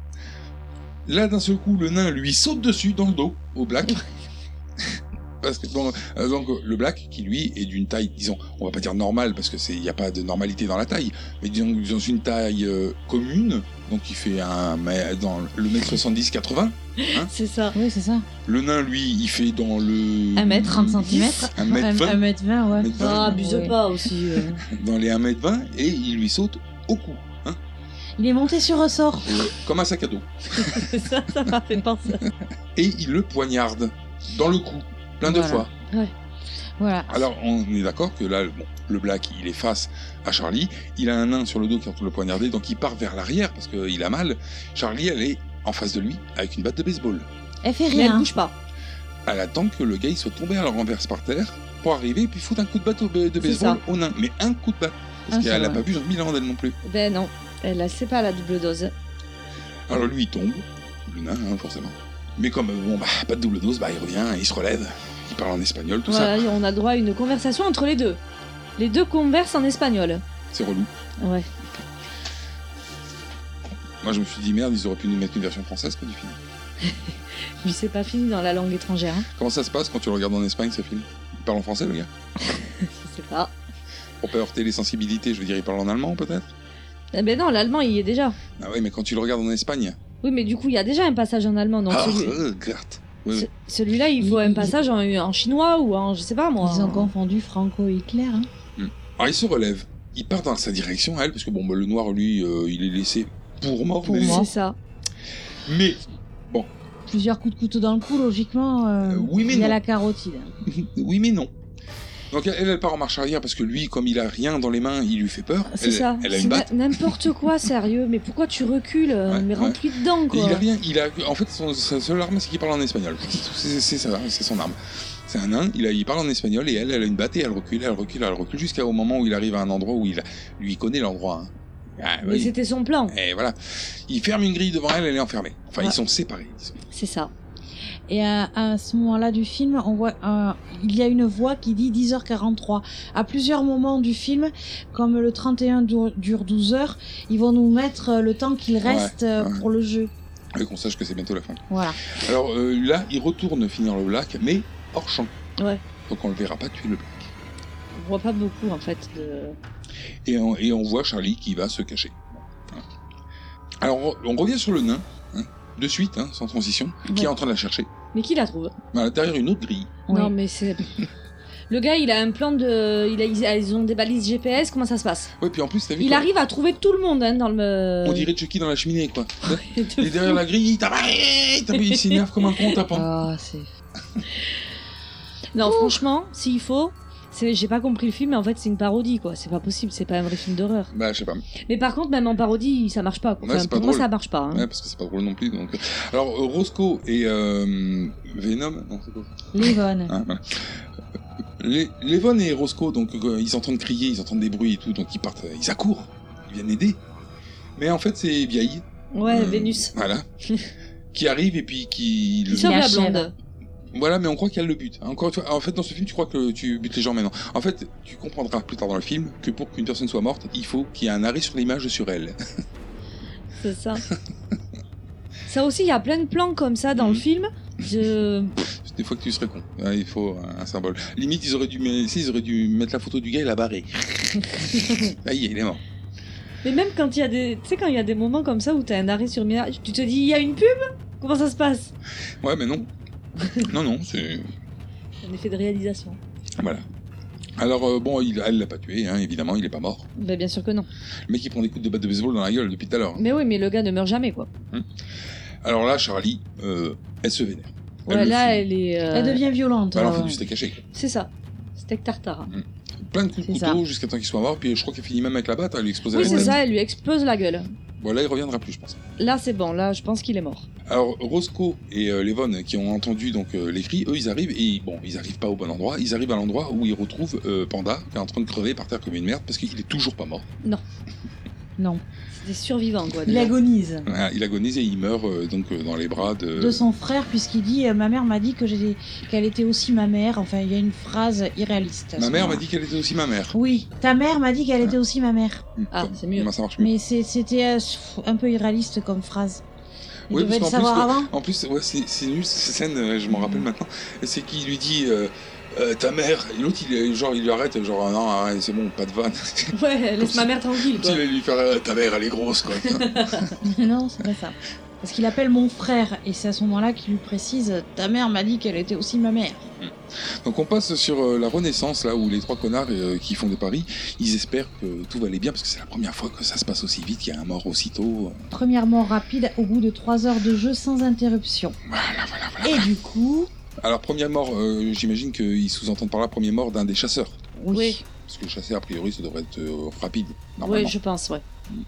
Là, d'un seul coup, le nain lui saute dessus, dans le dos, au black. Parce que donc le black qui lui est d'une taille, disons, on va pas dire normale parce que il n'y a pas de normalité dans la taille, mais disons dans une taille commune, donc il fait dans le mètre 70-80. Hein. C'est ça. Oui, c'est ça. Le nain lui, il fait dans le 1 mètre 30 cm. 1 mètre 20. 1 mètre 20, ouais. Ah, abuse pas aussi. Dans les 1 mètre 20 et il lui saute au cou. Hein. Il est monté sur ressort. Comme un sac à dos. ça m'a fait penser. Et il le poignarde dans le cou. Plein de fois. Ouais. Voilà. Alors, on est d'accord que là, le black, il est face à Charlie. Il a un nain sur le dos qui est en train de le poignarder, donc il part vers l'arrière parce qu'il a mal. Charlie, elle est en face de lui avec une batte de baseball. Elle fait Mais rien. elle bouge pas. Elle attend que le gars il soit tombé, elle le renverse par terre pour arriver et puis foutre un coup de batte de baseball au nain. Mais un coup de batte. Parce qu'elle n'a pas vu Jean-Mille d'elle non plus. Ben non, c'est pas la double dose. Alors lui, il tombe. Le nain, hein, forcément. Mais comme, pas de double dose, il revient, il se relève. Il parle en espagnol, tout ça. Voilà, on a droit à une conversation entre les deux. Les deux conversent en espagnol. C'est relou. Ouais. Moi, je me suis dit, merde, ils auraient pu nous mettre une version française, quoi, du film. Mais c'est pas fini dans la langue étrangère. Hein. Comment ça se passe quand tu le regardes en Espagne, ce film? Il parle en français, le gars? Je sais pas. Pour pas heurter les sensibilités, je veux dire, il parle en allemand, peut-être? Eh ben non, l'allemand, il y est déjà. Ah oui, mais quand tu le regardes en Espagne... Oui, mais du coup, il y a déjà un passage en allemand. Donc oui. Celui-là, il faut un passage en chinois ou en, je sais pas moi. Ils ont confondu Franco et Hitler. Hein. Alors il se relève, il part dans sa direction, elle, parce que le noir, lui, il est laissé pour mort. C'est ça. Mais, bon. Plusieurs coups de couteau dans le cou, logiquement, oui, mais il y a non. la carotide. Oui, mais non. Donc elle part en marche arrière parce que lui, comme il a rien dans les mains, il lui fait peur. C'est ça. Elle a une batte. N'importe quoi, sérieux. Mais pourquoi tu recules mais rentre-lui dedans, quoi. Et il a rien. En fait, sa seule arme, c'est qu'il parle en espagnol. C'est ça, c'est son arme. C'est un nain, il parle en espagnol et elle a une batte et elle recule jusqu'au moment où il arrive à un endroit où lui connaît l'endroit. Hein. Ah, mais c'était son plan. Et voilà. Il ferme une grille devant elle, elle est enfermée. Enfin, ils sont séparés, disons. C'est ça. Et à ce moment-là du film, on voit, il y a une voix qui dit 10h43. À plusieurs moments du film, comme le 31 dure 12 heures, ils vont nous mettre le temps qu'il reste pour le jeu. Et qu'on sache que c'est bientôt la fin. Voilà. Alors là, il retourne finir le black, mais hors champ. Ouais. Donc on le verra pas tuer le black. On voit pas beaucoup en fait de... Et on voit Charlie qui va se cacher. Voilà. Alors on revient sur le nain, de suite, sans transition, qui est en train de la chercher. Mais qui la trouve? Voilà, derrière une autre grille. Non, mais c'est... Le gars, il a un plan de... Ils ont des balises GPS, comment ça se passe? Ouais, puis en plus, t'as vu... Il arrive à trouver tout le monde dans le... On dirait Chucky dans la cheminée, quoi. Il est derrière la grille, il s'énerve comme un con en tapant. Ah, c'est... Non, franchement, s'il faut... J'ai pas compris le film, mais en fait c'est une parodie, quoi. C'est pas possible, c'est pas un vrai film d'horreur. Bah, je sais pas. Mais par contre, même en parodie, ça marche pas. Ouais, pour moi, ça marche pas. Ouais, parce que c'est pas drôle non plus. Donc... Alors, Roscoe et Venom... Non, c'est quoi ça? Levon. Voilà. Levon et Roscoe, donc ils sont en train de crier, ils entendent des bruits et tout, donc ils partent, ils accourent, ils viennent aider. Mais en fait, c'est vieille. Ouais, Vénus. Voilà. Qui arrive et puis qui... Il sauve la blonde. Voilà, mais on croit qu'elle le bute. Encore une fois, en fait, dans ce film, tu crois que tu butes les gens maintenant. En fait, tu comprendras plus tard dans le film que pour qu'une personne soit morte, il faut qu'il y ait un arrêt sur l'image sur elle. C'est ça. Ça aussi, il y a plein de plans comme ça dans le film. Des fois que tu serais con. Ouais, il faut un symbole. Limite, ils auraient dû mettre la photo du gars et la barrer. Là, il est mort. Mais même quand il y a des... Tu sais, quand il y a des moments comme ça où t'as un arrêt sur l'image, tu te dis, il y a une pub? Comment ça se passe? Ouais, mais non. Non, c'est... Un effet de réalisation. Voilà. Alors, bon, elle l'a pas tué, évidemment, il est pas mort. Bah, bien sûr que non. Le mec, il prend des coups de batte de baseball dans la gueule depuis tout à l'heure. Mais oui, mais le gars ne meurt jamais, quoi. Alors là, Charlie, elle se vénère. Ouais, là, elle est... Elle devient violente. Elle en fait du steak haché. C'est ça. Steak tartare. Plein de coups de couteau jusqu'à temps qu'il soit mort, puis je crois qu'elle finit même avec la batte, elle lui explose la tête. Oui, c'est ça, elle lui explose la gueule. Bon, là, il reviendra plus, je pense. Là, c'est bon, là, je pense qu'il est mort. Alors, Roscoe et Levon, qui ont entendu donc les cris, eux, ils arrivent, et bon, ils arrivent pas au bon endroit, ils arrivent à l'endroit où ils retrouvent Panda, qui est en train de crever par terre comme une merde, parce qu'il est toujours pas mort. Non. Non. C'est des survivants, quoi. Il agonise. Voilà, il agonise et il meurt dans les bras de son frère, puisqu'il dit ma mère m'a dit qu'elle était aussi ma mère. Enfin, il y a une phrase irréaliste. Ma mère m'a dit qu'elle était aussi ma mère. Oui, ta mère m'a dit qu'elle était aussi ma mère. Ah, c'est mieux. Ça marche mieux. Mais c'était un peu irréaliste comme phrase. Il oui, devait le savoir avant. En plus, ouais, c'est nul cette scène, je m'en rappelle maintenant. C'est qu'il lui dit ta mère, et l'autre il lui arrête, genre non, arrête, c'est bon, pas de vanne. Ouais, laisse ma mère tranquille, quoi. Il va lui faire ta mère, elle est grosse, quoi. Non, c'est pas ça. Parce qu'il appelle mon frère, et c'est à ce moment-là qu'il lui précise ta mère m'a dit qu'elle était aussi ma mère. Donc on passe sur la Renaissance, là où les trois connards qui font des paris, ils espèrent que tout va aller bien, parce que c'est la première fois que ça se passe aussi vite, qu'il y a un mort aussitôt. Première mort rapide au bout de 3 heures de jeu sans interruption. Voilà. Et du coup... Alors première mort, j'imagine qu'ils sous-entendent par là première mort d'un des chasseurs. Oui. Parce que chasser, a priori, ça devrait être rapide, normalement. Oui, je pense, ouais.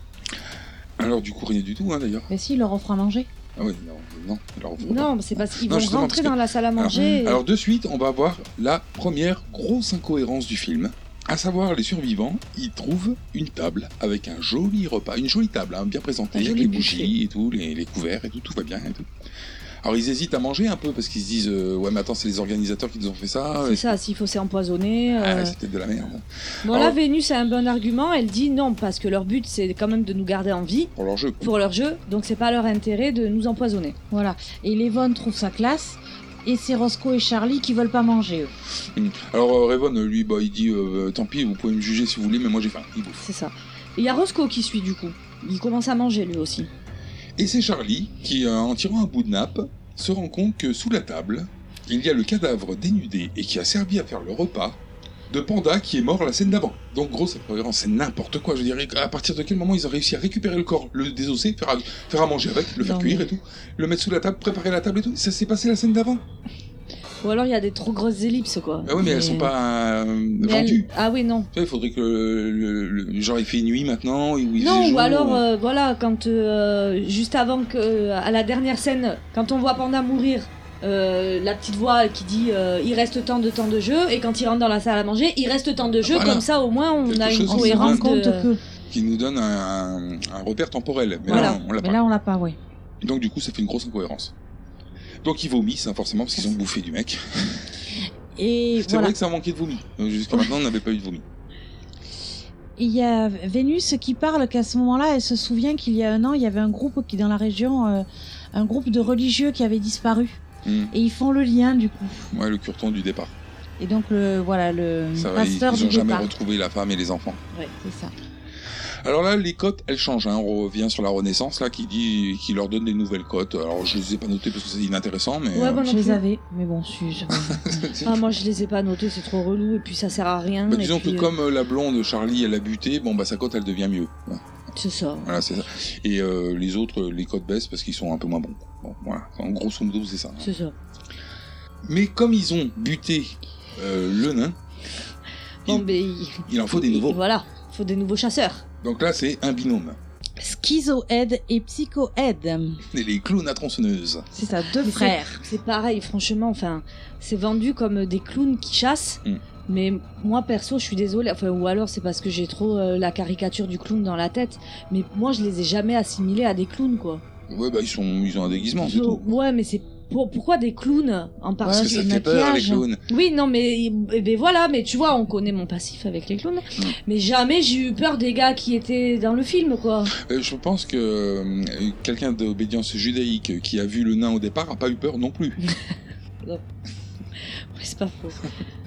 Alors du coup, rien du tout, d'ailleurs. Mais si, il leur offre à manger. Ah oui, non, il leur offre pas. Non, c'est parce qu'ils vont rentrer dans la salle à manger. Alors de suite, on va voir la première grosse incohérence du film. À savoir, les survivants, ils trouvent une table avec un joli repas, une jolie table, bien présentée, avec les bougies et tout, les couverts et tout va bien et tout. Alors ils hésitent à manger un peu parce qu'ils se disent ouais mais attends c'est les organisateurs qui nous ont fait ça. C'est ça, s'il faut c'est empoisonné. C'est peut-être de la merde. Bon alors, là Vénus a un bon argument, elle dit non parce que leur but c'est quand même de nous garder en vie. Pour leur jeu. Pour leur jeu, donc c'est pas leur intérêt de nous empoisonner. Voilà. Et Levon trouve sa classe. Et c'est Roscoe et Charlie qui veulent pas manger, eux. Alors Revon, lui, il dit tant pis, vous pouvez me juger si vous voulez, mais moi j'ai faim. Il bouffe. C'est ça. Et il y a Roscoe qui suit du coup. Il commence à manger lui aussi. Et c'est Charlie qui, en tirant un bout de nappe, se rend compte que sous la table, il y a le cadavre dénudé et qui a servi à faire le repas de Panda qui est mort la scène d'avant. Donc grosse incohérence, c'est n'importe quoi. Je dirais à partir de quel moment ils ont réussi à récupérer le corps, le désosser, faire à manger avec, le faire cuire et tout, le mettre sous la table, préparer la table et tout. Ça s'est passé la scène d'avant. Ou alors il y a des trop grosses ellipses quoi. Ah oui mais elles sont pas vendues. Ah oui non. Il faudrait que le genre il fait nuit maintenant ou il non fait jour, ou alors voilà quand juste avant que à la dernière scène quand on voit Panda mourir. La petite voix qui dit il reste tant de jeu et quand il rentre dans la salle à manger il reste tant de jeu comme ça au moins on a une cohérence qui nous donne un repère temporel mais voilà. là on l'a pas. Mais là on l'a pas oui. Donc du coup ça fait une grosse incohérence. Donc ils vomissent forcément parce qu'ils ont bouffé du mec. Et c'est vrai que ça manquait de vomi. Jusqu'à maintenant on n'avait pas eu de vomi. Il y a Vénus qui parle qu'à ce moment-là elle se souvient qu'il y a 1 an il y avait un groupe qui dans la région un groupe de religieux qui avait disparu. Et ils font le lien du coup. Ouais, le curton du départ. Et donc, le Ça va, pasteur ils du n'ont jamais départ. retrouvé la femme et les enfants. Ouais, c'est ça. Alors là, les cotes, elles changent. Hein. On revient sur la Renaissance, là, qui leur donne des nouvelles cotes. Alors, je les ai pas notées parce que c'est inintéressant, mais... Ouais, Je les avais, mais bon, moi, je les ai pas notés, c'est trop relou, et puis ça sert à rien. Bah, et disons puis, que comme la blonde Charlie, elle a buté, bon, bah, sa cote, elle devient mieux. Ouais. C'est ça. Voilà, c'est ça. Et les autres, les cotes baissent parce qu'ils sont un peu moins bons. Bon, voilà. En grosso modo, c'est ça. C'est ça. Mais comme ils ont buté le nain, il en faut des nouveaux. Voilà, il faut des nouveaux chasseurs. Donc là, c'est un binôme. Schizohead et Psychohead. Et les clowns à tronçonneuse. C'est ça, deux frères. C'est pareil, franchement, enfin, c'est vendu comme des clowns qui chassent. Mais moi perso, je suis désolée, enfin, ou alors c'est parce que j'ai trop la caricature du clown dans la tête. Mais moi, je les ai jamais assimilés à des clowns, quoi. Ouais, bah ils ont un déguisement, c'est tout. Ouais, mais c'est pourquoi des clowns en Parce que particulier? ça fait peur, les clowns. Oui, non, mais voilà, mais tu vois, on connaît mon passif avec les clowns. Mais jamais j'ai eu peur des gars qui étaient dans le film, quoi. Je pense que quelqu'un d'obédience judaïque qui a vu le nain au départ a pas eu peur non plus. Non. Ouais, c'est pas faux.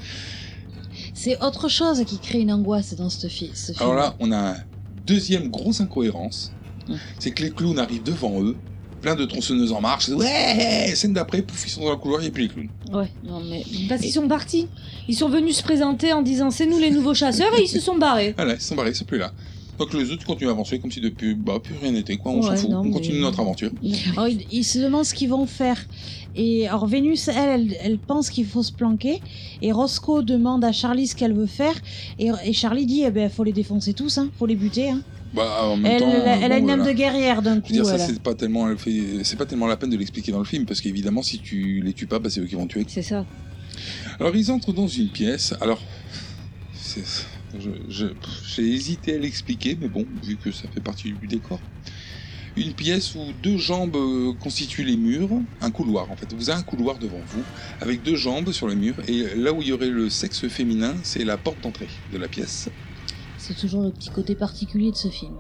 C'est autre chose qui crée une angoisse dans ce film. Alors là, on a une deuxième grosse incohérence. C'est que les clowns arrivent devant eux, plein de tronçonneuses en marche. Ouais, scène d'après, pouf, ils sont dans le couloir, il n'y a plus les clowns. Ouais, non mais parce qu'ils sont partis. Ils sont venus se présenter en disant c'est nous les nouveaux chasseurs et ils se sont barrés. Voilà, ils sont barrés, ils sont plus là. Donc les autres continuent à avancer comme si depuis plus rien n'était, quoi. On s'en fout, non, on continue notre aventure. Alors, ils se demandent ce qu'ils vont faire. Et alors Vénus, elle pense qu'il faut se planquer. Et Roscoe demande à Charlie ce qu'elle veut faire. Et Charlie dit, faut les défoncer tous, hein, faut les buter. Hein. Bah, en même temps, elle a une âme de guerrière d'un coup. Je veux dire, ça, c'est pas tellement la peine de l'expliquer dans le film, parce qu'évidemment, si tu les tues pas, c'est eux qui vont tuer. C'est ça. Alors, ils entrent dans une pièce. Alors, j'ai hésité à l'expliquer, mais bon, vu que ça fait partie du décor. Une pièce où deux jambes constituent les murs, un couloir en fait. Vous avez un couloir devant vous, avec deux jambes sur les murs, et là où il y aurait le sexe féminin, c'est la porte d'entrée de la pièce. C'est toujours le petit côté particulier de ce film.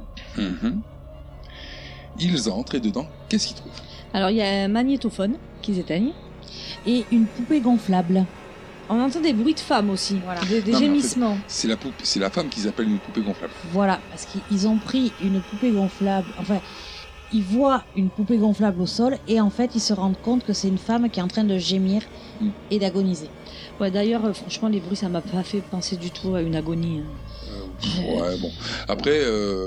Ils entrent et dedans, qu'est-ce qu'ils trouvent? Alors il y a un magnétophone qu'ils éteignent. Et une poupée gonflable. On entend des bruits de femmes aussi, voilà. des gémissements. En fait, c'est la femme qu'ils appellent une poupée gonflable. Voilà, parce qu'ils ont pris une poupée gonflable, enfin, ils voient une poupée gonflable au sol, et en fait, ils se rendent compte que c'est une femme qui est en train de gémir et d'agoniser. Ouais, d'ailleurs, franchement, les bruits, ça m'a pas fait penser du tout à une agonie. Ouais, bon. Après,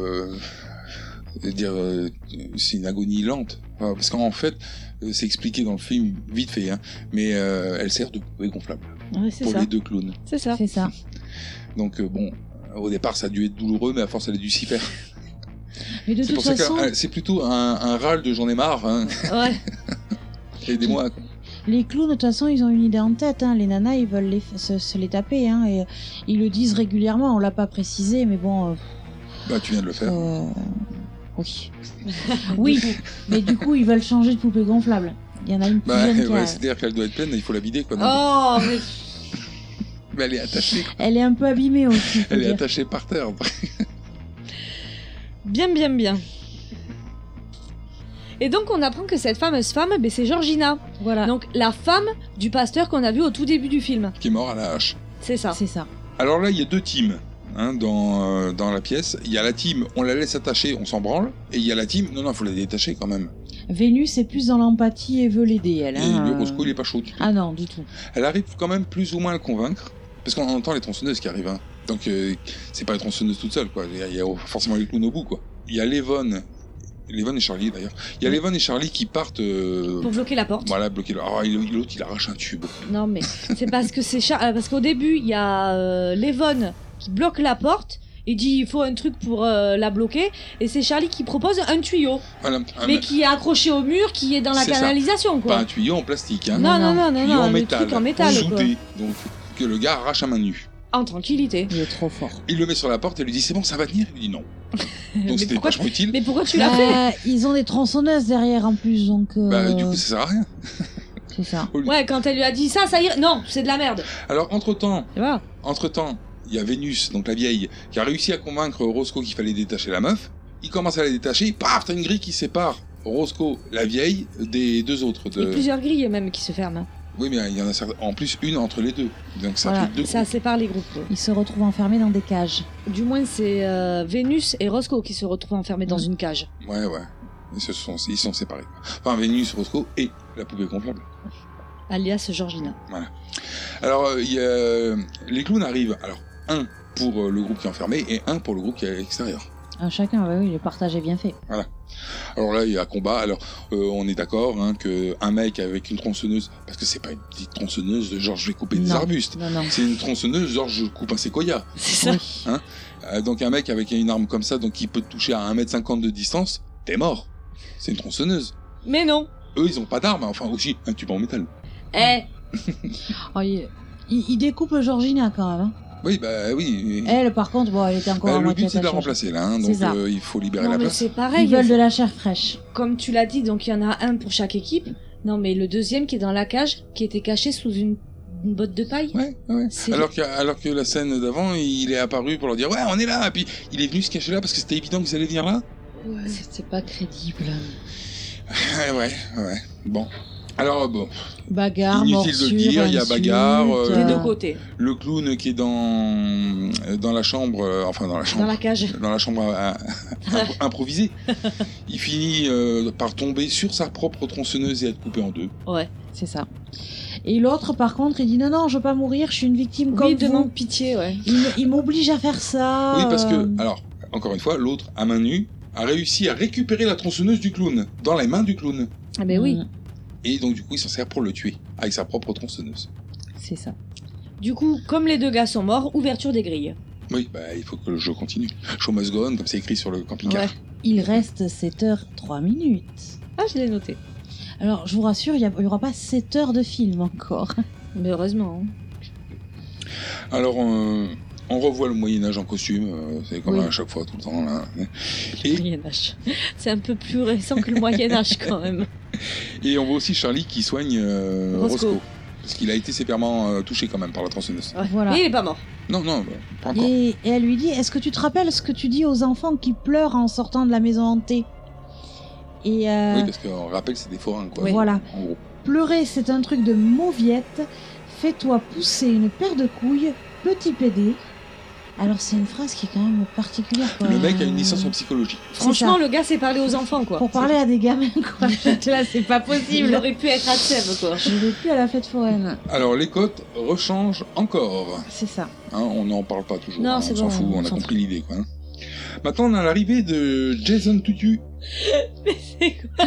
c'est une agonie lente. Parce qu'en fait, c'est expliqué dans le film, vite fait, hein, mais elle sert de poupée gonflable. Ouais, c'est pour ça. les deux clowns. C'est ça. C'est ça. Donc, bon, au départ, ça a dû être douloureux, mais à force, elle a dû s'y faire. Mais de c'est toute pour ça façon... que c'est plutôt un râle de j'en ai marre. Hein. Ouais. Aidez-moi. Quoi. Les clowns, de toute façon, ils ont une idée en tête. Hein. Les nanas, ils veulent se les taper. Hein. Et ils le disent régulièrement. On l'a pas précisé, mais bon... Bah, tu viens de le faire. Oui. Oui, mais du coup, ils veulent changer de poupée gonflable. Il y en a une plus jeune qui a... c'est-à-dire qu'elle doit être pleine, il faut la vider. Quoi, oh, mais... mais elle est attachée. Quoi. Elle est un peu abîmée aussi. Elle est attachée par terre. Bien. Et donc on apprend que cette fameuse femme, c'est Georgina. Voilà. Donc la femme du pasteur qu'on a vu au tout début du film. Qui est mort à la hache. C'est ça. C'est ça. Alors là, il y a deux teams dans la pièce. Il y a la team, on la laisse attacher, on s'en branle. Et il y a la team, non, il faut la détacher quand même. Vénus est plus dans l'empathie et veut l'aider, elle. Et le Roscoe, il est pas chaud du tout. Ah non, du tout. Elle arrive quand même plus ou moins à le convaincre. Parce qu'on entend les tronçonneuses qui arrivent. Hein. Donc c'est pas les tronçonneuses toutes seules, quoi. Il y a forcément les clowns au bout, quoi. Il y a Levon et Charlie d'ailleurs. Il y a Levon et Charlie qui partent pour bloquer la porte. Voilà, bloquer la. Oh, l'autre il arrache un tube. Non mais c'est parce que parce qu'au début il y a Levon qui bloque la porte. Il dit il faut un truc pour la bloquer et c'est Charlie qui propose un tuyau. Voilà, mais qui est accroché au mur, qui est dans la canalisation, quoi. Pas un tuyau en plastique, hein. Non, tuyau en le métal, truc en métal, soudé, donc que le gars arrache à main nue. En tranquillité. Il est trop fort. Il le met sur la porte et lui dit c'est bon, ça va tenir. Il lui dit non. Donc c'était vachement utile. Mais pourquoi tu l'as fait? Ils ont des tronçonneuses derrière en plus, donc. Bah du coup ça sert à rien. C'est ça. Ouais, quand elle lui a dit ça irait. Non, c'est de la merde. Alors entre temps, il y a Vénus, donc la vieille, qui a réussi à convaincre Roscoe qu'il fallait détacher la meuf. Il commence à la détacher, paf, t'as une grille qui sépare Roscoe, la vieille, des deux autres. Il y a plusieurs grilles même qui se ferment. Oui, mais il y en a en plus une entre les deux. Donc ça Voilà. fait 2 Ça groupes. sépare les groupes. Ils se retrouvent enfermés dans des cages. Du moins, c'est Vénus et Roscoe qui se retrouvent enfermés dans une cage. Ouais. Ils sont séparés. Enfin, Vénus, Roscoe et la poupée gonflable. Alias Georgina. Voilà. Alors, les clowns arrivent. Alors, un pour le groupe qui est enfermé et un pour le groupe qui est à l'extérieur. Chacun, oui, le partage est bien fait. Voilà. Alors là, il y a combat. Alors, on est d'accord que un mec avec une tronçonneuse, parce que c'est pas une petite tronçonneuse de genre je vais couper des Non. arbustes. Non. C'est une tronçonneuse genre je coupe un séquoia. C'est ça. Donc un mec avec une arme comme ça, donc qui peut te toucher à 1m50 de distance, t'es mort. C'est une tronçonneuse. Mais non. Eux, ils ont pas d'arme. Enfin, aussi, un tube en métal. Il découpe Georgina quand même. Oui, bah oui. Elle, par contre, elle était encore à Le moitié but, c'est de la attachée. remplacer là. Donc il faut libérer Non, la mais place. c'est pareil. Ils veulent de la chair fraîche. Comme tu l'as dit, donc il y en a un pour chaque équipe. Non, mais le deuxième qui est dans la cage, qui était caché sous une botte de paille. Ouais. Alors que la scène d'avant, il est apparu pour leur dire ouais, on est là. Et puis il est venu se cacher là parce que c'était évident qu'ils allaient venir là. Ouais, c'est pas crédible. Ouais. Bon. Alors bon. Bagarre, Inutile de le dire, il y a bagarre. Des deux côtés. Le clown qui est dans la chambre, Dans la cage. dans la chambre improvisée, il finit par tomber sur sa propre tronçonneuse et être coupé en deux. Ouais. C'est ça. Et l'autre, par contre, il dit non, je veux pas mourir, je suis une victime comme il vous. demande pitié, ouais. Il m'oblige à faire ça. Oui, parce que, alors, encore une fois, l'autre, à main nue, a réussi à récupérer la tronçonneuse du clown, dans les mains du clown. Ah ben oui. Et donc, du coup, il s'en sert pour le tuer, avec sa propre tronçonneuse. C'est ça. Du coup, comme les deux gars sont morts, ouverture des grilles. Oui, il faut que le jeu continue. Show must go on, comme c'est écrit sur le camping-car. Ouais. Il reste 7h03. Ah, je l'ai noté. Alors, je vous rassure, il n'y aura pas 7 heures de film encore. Mais heureusement. Alors, on revoit le Moyen-Âge en costume, c'est comme à chaque fois, tout le temps. Là. Le Moyen-Âge. C'est un peu plus récent que le Moyen-Âge quand même. Et on voit aussi Charlie qui soigne Roscoe. Parce qu'il a été sévèrement touché quand même par la tronçonneuse. Ouais. Voilà. Mais il est pas mort. Non, pas encore. Et elle lui dit, est-ce que tu te rappelles ce que tu dis aux enfants qui pleurent en sortant de la maison hantée? Et Oui, parce qu'on rappelle que c'est des forains, quoi. Voilà. En gros. Pleurer, c'est un truc de mauviette. Fais-toi pousser une paire de couilles, petit PD. Alors c'est une phrase qui est quand même particulière, quoi. Le mec a une licence en psychologie. Franchement, le gars s'est parlé aux enfants, quoi. Pour parler à des gamins, quoi. Là, c'est pas possible. Il aurait pu être à Tsèvres, quoi. Je vais plus à la fête foraine. Alors, les cotes rechangent encore. C'est ça. On n'en parle pas toujours. Non, on c'est s'en bon, fout, on on a s'en compris l'idée, quoi. Maintenant, on a l'arrivée de Jason Tutu. Mais c'est quoi?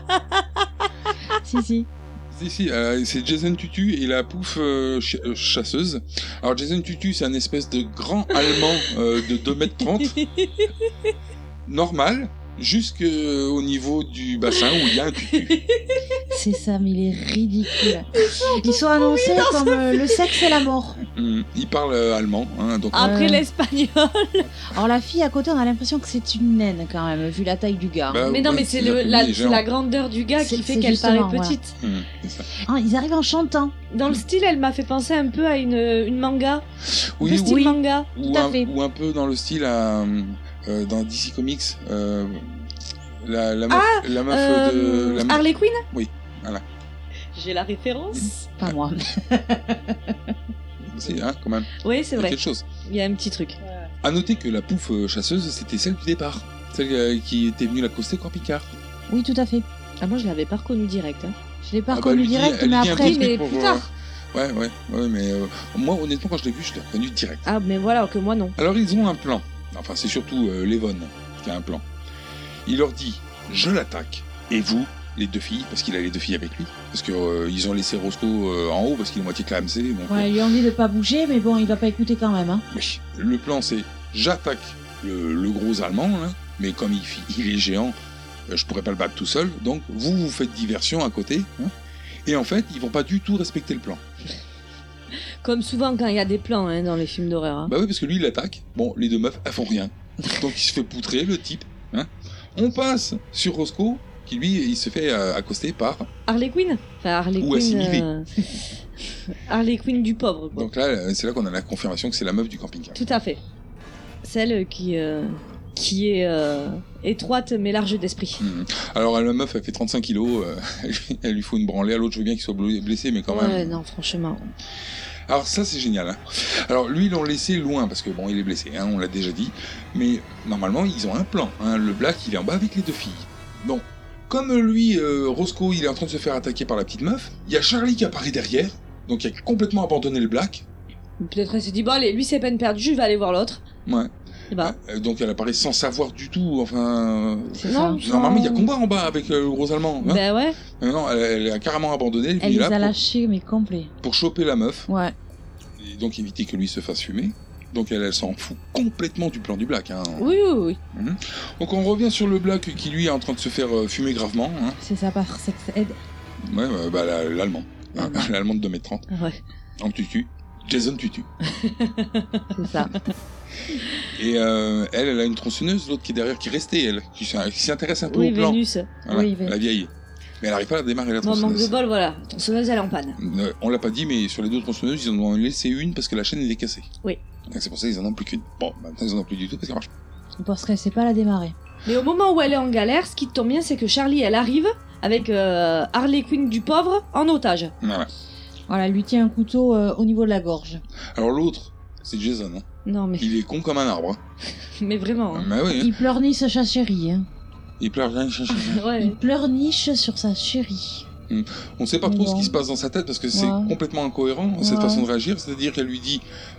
Si. Si, c'est Jason Tutu et la pouffe chasseuse. Alors Jason Tutu, c'est un espèce de grand allemand de 2m30, normal, jusqu'au niveau du bassin où il y a un tutu. C'est ça, mais il est ridicule. Ils sont annoncés comme le sexe et la mort. Il parle allemand. Donc Après l'espagnol. Alors la fille à côté, on a l'impression que c'est une naine quand même, vu la taille du gars. Bah, mais non, ouais, mais c'est c'est la grandeur du gars qui fait c'est qu'elle paraît justement, petite. C'est ça. Ah, ils arrivent en chantant. Dans le style, elle m'a fait penser un peu à une manga. Oui, le style oui. manga. Tout à fait. Ou un peu dans le style dans DC Comics. La meuf, la meuf de... La meuf... Harley Quinn. Oui, voilà. J'ai la référence. Pas moi. C'est quand même. Oui, c'est vrai. Quelque chose. Il y a un petit truc. À noter que la pouffe chasseuse, c'était celle du départ. Celle qui était venue l'accoster au Picard. Oui, tout à fait. Ah, moi, je l'avais pas reconnue direct. Hein. Je l'ai pas reconnue direct, mais après, mais plus tard. Ouais, mais moi, honnêtement, quand je l'ai vu, je l'ai reconnu direct. Ah, mais voilà, que moi, non. Alors, ils ont un plan. Enfin, c'est surtout Levon qui a un plan. Il leur dit, je l'attaque, et vous, les deux filles, parce qu'il a les deux filles avec lui, parce que ils ont laissé Roscoe en haut, parce qu'il est moitié clamsé. Donc, ouais, il lui a envie de pas bouger, mais bon, il va pas écouter quand même. Hein. Oui, le plan, c'est, j'attaque le gros Allemand, là, mais comme il est géant, je pourrais pas le battre tout seul, donc vous faites diversion à côté, hein, et en fait, ils vont pas du tout respecter le plan. Comme souvent quand il y a des plans dans les films d'horreur. Hein. Bah oui, parce que lui, il attaque. Bon, les deux meufs, elles font rien. Donc il se fait poutrer, le type. Hein. On passe sur Roscoe, qui lui, il se fait accoster par... Harley Quinn. Enfin, Harley Ou Quinn, assimilé. Harley Quinn du pauvre, quoi. Donc là, c'est là qu'on a la confirmation que c'est la meuf du camping-car. Tout à fait. Celle qui qui est étroite mais large d'esprit. Alors la meuf, elle fait 35 kilos, elle lui faut une branlée. À l'autre, je veux bien qu'il soit blessé, mais quand même. Ouais, non, franchement. Alors ça, c'est génial. Hein. Alors lui, ils l'ont laissé loin parce que bon, il est blessé, hein, on l'a déjà dit. Mais normalement, ils ont un plan. Hein. Le Black, il est en bas avec les deux filles. Bon, comme lui, Roscoe, il est en train de se faire attaquer par la petite meuf. Il y a Charlie qui apparaît derrière, donc il a complètement abandonné le Black. Peut-être elle s'est dit, bon allez, lui c'est peine perdue, je vais aller voir l'autre. Ouais. Et bah. Donc elle apparaît sans savoir du tout, enfin... Non, normalement, il y a combat en bas avec le gros Allemand. Hein. Ben ouais. Non, elle a carrément abandonné. Elle les a lâchés, mais complet. Pour choper la meuf. Ouais. Et donc éviter que lui se fasse fumer. Donc elle s'en fout complètement du plan du Black. Hein. Oui. Donc on revient sur le Black qui lui est en train de se faire fumer gravement. Hein. C'est ça par Sex Ed. Ouais, l'Allemand. Hein, L'Allemand de 2m30. Ouais. En tutu. Jason Tutu. C'est ça. Et elle a une tronçonneuse, l'autre qui est derrière, qui est restée, elle, qui s'intéresse un peu au plan. Vénus. Voilà, Oui, la vieille. Mais elle n'arrive pas à démarrer la tronçonneuse. Manque de bol, voilà. La tronçonneuse, elle est en panne. On l'a pas dit, mais sur les deux tronçonneuses, ils en ont laissé une parce que la chaîne était cassée. Oui. Donc c'est pour ça qu'ils en ont plus qu'une. Bon, maintenant ils en ont plus du tout parce qu'elle marche pas. Parce qu'elle sait pas la démarrer. Mais au moment où elle est en galère, ce qui tombe bien, c'est que Charlie, elle arrive avec Harley Quinn du pauvre en otage. Voilà, elle lui tient un couteau au niveau de la gorge. Alors l'autre, c'est Jason. Hein. Non mais. Il est con comme un arbre. Hein. Mais vraiment. Hein. Bah oui, hein. Il pleurniche sa chérie. Hein. Il pleurniche. Ouais. Il pleurniche sur sa chérie. On sait pas trop ce qui se passe dans sa tête parce que c'est complètement incohérent cette façon de réagir. C'est-à-dire qu'elle lui dit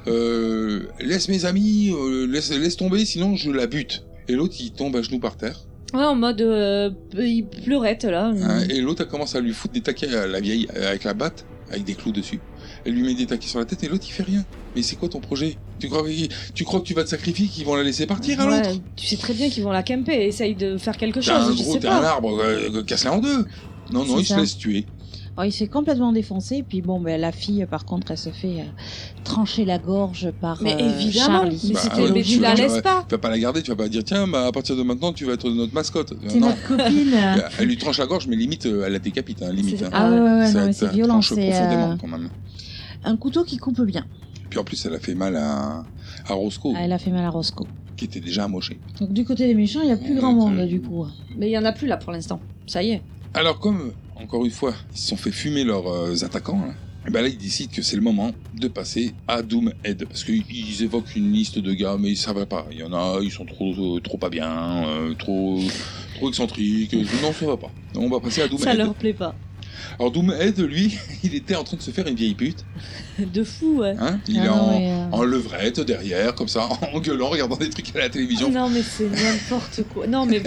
laisse mes amis, laisse tomber, sinon je la bute. Et l'autre il tombe à genoux par terre. Ouais, en mode il pleurette là. Et l'autre elle commence à lui foutre des taquets à la vieille avec la batte, avec des clous dessus. Elle lui met des taquets sur la tête et l'autre il fait rien. Mais c'est quoi ton projet ? Tu crois que tu vas te sacrifier, qu'ils vont la laisser partir à l'autre ? Tu sais très bien qu'ils vont la camper et essayent de faire quelque chose. T'es un arbre, casse-la en deux. Non, il se laisse tuer. Alors, il s'est complètement défoncé, puis bon, la fille, par contre, elle se fait trancher la gorge par Charlie. Mais tu la laisses pas. Tu vas pas la garder, tu vas pas dire tiens, à partir de maintenant, tu vas être notre mascotte. C'est notre copine. Elle lui tranche la gorge, mais limite, elle la décapite, hein, limite. Hein. Ah ouais, non, mais c'est violent. C'est profondément quand même. Un couteau qui coupe bien. Puis en plus, elle a fait mal à Roscoe. Elle a fait mal à Roscoe. Qui était déjà amoché. Donc du côté des méchants, il y a plus grand monde du coup. Mais il y en a plus là pour l'instant. Ça y est. Alors comme, encore une fois, ils se sont fait fumer leurs attaquants, hein, et ben là ils décident que c'est le moment de passer à Doomhead. Parce qu'ils évoquent une liste de gars, mais ça va pas. Il y en a, ils sont trop pas bien, trop excentriques. Non, ça va pas. On va passer à Doomhead. Ça leur plaît pas. Alors Doomhead, lui, il était en train de se faire une vieille pute. De fou, ouais. Hein, il est en levrette derrière, comme ça, en gueulant, regardant des trucs à la télévision. Non mais c'est n'importe quoi. Non mais...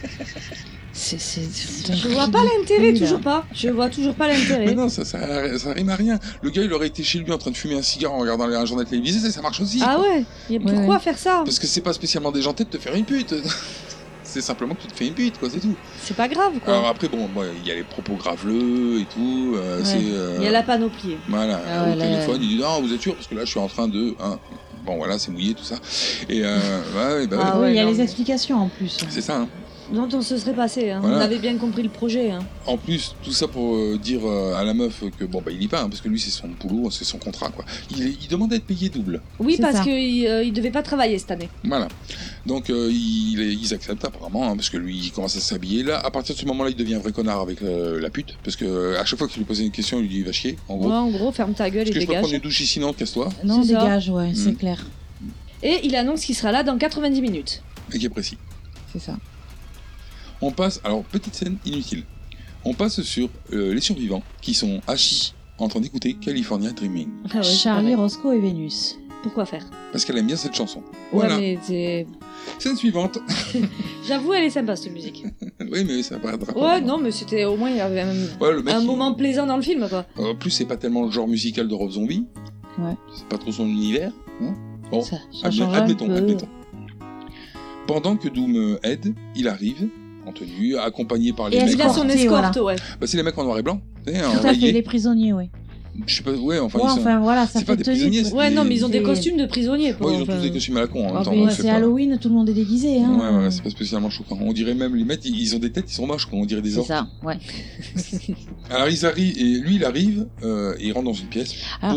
Je vois pas l'intérêt, toujours pas. Je vois toujours pas l'intérêt. Mais non, ça rime à rien. Le gars, il aurait été chez lui en train de fumer un cigare en regardant un journal télévisé, ça marche aussi. Ah ouais. Pourquoi faire ça ? Parce que c'est pas spécialement déjanté de te faire une pute. C'est simplement que tu te fais une pute, quoi, c'est tout. C'est pas grave, quoi. Alors après, bon, il y a les propos graveleux et tout. Il y a la panoplie. Voilà, au téléphone, il dit non, vous êtes sûr parce que là, je suis en train de. Hein, bon, voilà, c'est mouillé tout ça. Et il y a les explications en plus. C'est ça. Hein. dont on se serait passé. Hein. Voilà. On avait bien compris le projet. Hein. En plus, tout ça pour dire à la meuf que bon bah il y va, hein, parce que lui c'est son boulot, c'est son contrat quoi. Il demande à être payé double. Oui, parce qu'il devait pas travailler cette année. Voilà. Donc ils acceptent apparemment, hein, parce que lui il commence à s'habiller. Là, à partir de ce moment-là, il devient un vrai connard avec la pute, parce que à chaque fois qu'il lui posait une question, il lui dit va chier. En gros. Ouais, en gros, ferme ta gueule et dégage. Est-ce que je peux prendre une douche ici, non, casse-toi. Non, dégage, ouais, c'est clair. Et il annonce qu'il sera là dans 90 minutes. Et qui est précis. C'est ça. On passe, alors petite scène inutile. On passe sur les survivants qui sont assis en train d'écouter California Dreaming. Ah ouais, Charlie, Roscoe et Vénus. Pourquoi faire? Parce qu'elle aime bien cette chanson. Ouais, voilà. mais c'est... Scène suivante. J'avoue, elle est sympa cette musique. Oui, mais ça paraît drôle. Ouais, non, mais c'était au moins il y avait un moment plaisant dans le film, quoi. En plus, c'est pas tellement le genre musical de Rob Zombie. Ouais. C'est pas trop son univers. Hein, bon, ça admettons. Pendant que Doomhead, il arrive en tenue, accompagné par les mecs. Il a son escorte, ouais. Bah, c'est les mecs en noir et blanc. Tout à fait, les prisonniers, ouais. Je sais pas, ouais, enfin, voilà, ça c'est pas des prisonniers. Ouais, non, mais ils ont des costumes de prisonniers. Ouais, ils ont tous des costumes à la con en même temps. C'est Halloween, tout le monde est déguisé. Hein. Ouais, c'est pas spécialement choquant. On dirait même, les mecs, ils ont des têtes, ils sont moches, on dirait des orques. C'est ça, ouais. Alors ils arrivent, et lui il arrive, et il rentre dans une pièce pour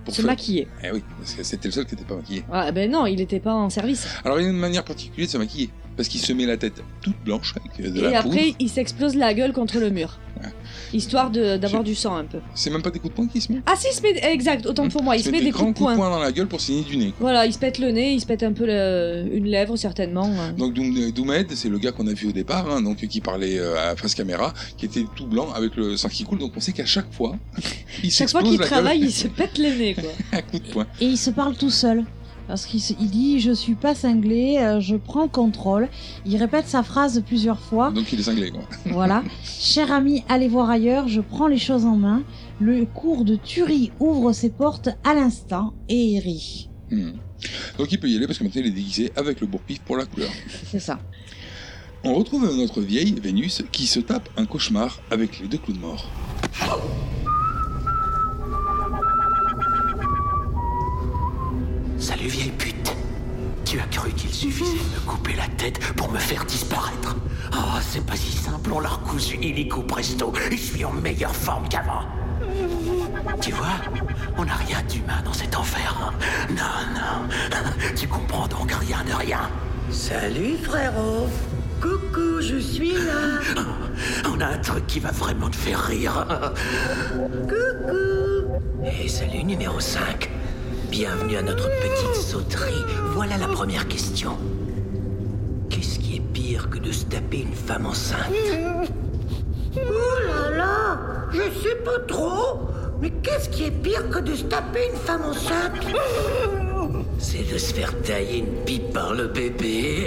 se maquiller. Eh oui, parce que c'était le seul qui n'était pas maquillé. Ah, ben non, il était pas en service. Alors il y a une manière particulière de se maquiller, parce qu'il se met la tête toute blanche avec de Et la après, poudre. il s'explose la gueule contre le mur. Ouais. Histoire d'avoir du sang un peu. C'est même pas des coups de poing qu'il se met. Ah si, il se met... Exact, autant pour moi, il se met des coups de poing. Coups de poing dans la gueule pour saigner du nez. Quoi. Voilà, il se pète le nez, il se pète un peu une lèvre certainement. Donc Doomed, c'est le gars qu'on a vu au départ, hein, donc qui parlait à face caméra, qui était tout blanc avec le sang qui coule, donc on sait qu'à chaque fois, il chaque fois qu'il travaille, il se pète les nez, quoi. Un coup de poing. Et il se parle tout seul. Parce qu'il dit « Je suis pas cinglé, je prends le contrôle ». Il répète sa phrase plusieurs fois. Donc il est cinglé, quoi. Voilà. « Cher ami, allez voir ailleurs, je prends les choses en main. Le cours de tuerie ouvre ses portes à l'instant et il rit. » Donc il peut y aller parce que maintenant il est déguisé avec le bourre-pif pour la couleur. C'est ça. On retrouve notre vieille Vénus qui se tape un cauchemar avec les deux clowns morts. Salut vieille pute. Tu as cru qu'il suffisait de me couper la tête pour me faire disparaître. Oh, c'est pas si simple, on l'a recousu illico presto et je suis en meilleure forme qu'avant. Tu vois, on n'a rien d'humain dans cet enfer. Hein. Non. Tu comprends donc rien de rien. Salut frérot. Coucou, je suis là. On a un truc qui va vraiment te faire rire. Coucou. Et salut numéro 5. Bienvenue à notre petite sauterie. Voilà la première question. Qu'est-ce qui est pire que de se taper une femme enceinte? Oh là là, je sais pas trop. Mais qu'est-ce qui est pire que de se taper une femme enceinte? C'est de se faire tailler une pipe par le bébé.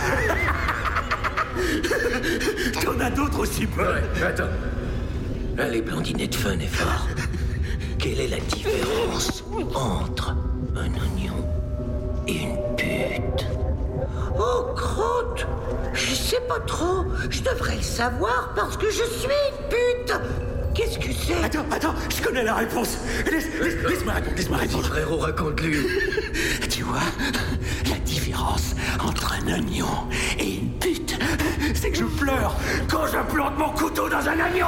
T'en as d'autres aussi peu. Ouais, attends. Allez, blondinet fun et fort. Quelle est la différence entre un oignon et une pute? Oh, crotte! Je sais pas trop. Je devrais le savoir parce que je suis une pute. Qu'est-ce que c'est? Attends, je connais la réponse. Laisse-moi répondre. Frérot, raconte-lui. Tu vois, la différence entre un oignon et une pute, c'est que je pleure quand je plante mon couteau dans un oignon.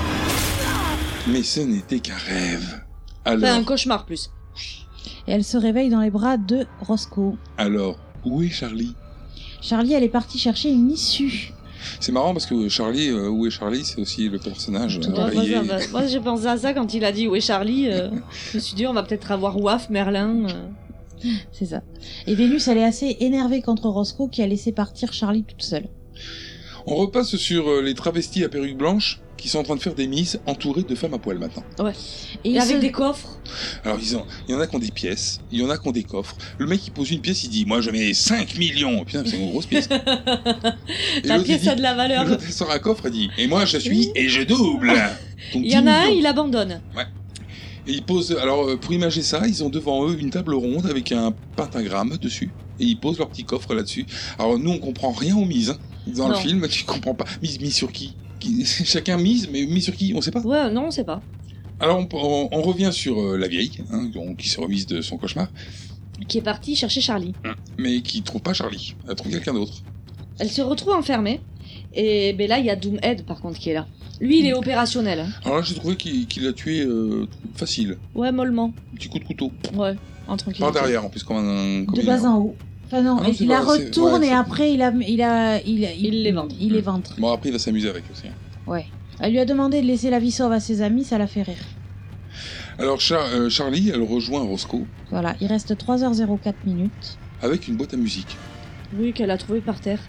Mais ce n'était qu'un rêve. Alors... Enfin, un cauchemar plus. Et elle se réveille dans les bras de Roscoe. Alors, où est Charlie? Charlie, elle est partie chercher une issue. C'est marrant parce que Charlie, où est Charlie, c'est aussi le personnage. Moi j'ai pensé à ça quand il a dit où est Charlie. Je me suis dit on va peut-être avoir Waf, Merlin. C'est ça. Et Vénus, elle est assez énervée contre Roscoe qui a laissé partir Charlie toute seule. On repasse sur les travestis à perruque blanche qui sont en train de faire des mises entourées de femmes à poil maintenant. Ouais. Et avec des coffres. Alors il y en a qui ont des pièces, il y en a qui ont des coffres. Le mec il pose une pièce, il dit moi je mets 5 millions. Putain, c'est une grosse pièce. La pièce a de la valeur. L'autre il sort un coffre et dit et moi je suis et je double. Donc, il y en a un, il abandonne. Ouais. Et ils posent, alors pour imager ça, ils ont devant eux une table ronde avec un pentagramme dessus. Et ils posent leur petit coffre là-dessus. Alors nous on comprend rien aux mises. Hein. Dans le film, tu comprends pas. Mise sur qui? Chacun mise, mais mise sur qui? On sait pas. Ouais, non, on sait pas. Alors on revient sur la vieille, hein, qui se remise de son cauchemar. Qui est partie chercher Charlie. Mais qui trouve pas Charlie. Elle trouve quelqu'un d'autre. Elle se retrouve enfermée. Et ben là, il y a Doomhead par contre qui est là. Lui, il est opérationnel. Hein. Alors là, j'ai trouvé qu'il l'a tué facile. Ouais, mollement. Un petit coup de couteau. Ouais, en tranquille. Par derrière, en plus, comme de bas en haut. Enfin non, il la retourne et après il les ventre. Il les ventre. Bon, après il va s'amuser avec aussi. Ouais. Elle lui a demandé de laisser la vie sauve à ses amis, ça l'a fait rire. Alors Charlie, elle rejoint Roscoe. Voilà, il reste 3h04 minutes. Avec une boîte à musique. Oui, qu'elle a trouvée par terre.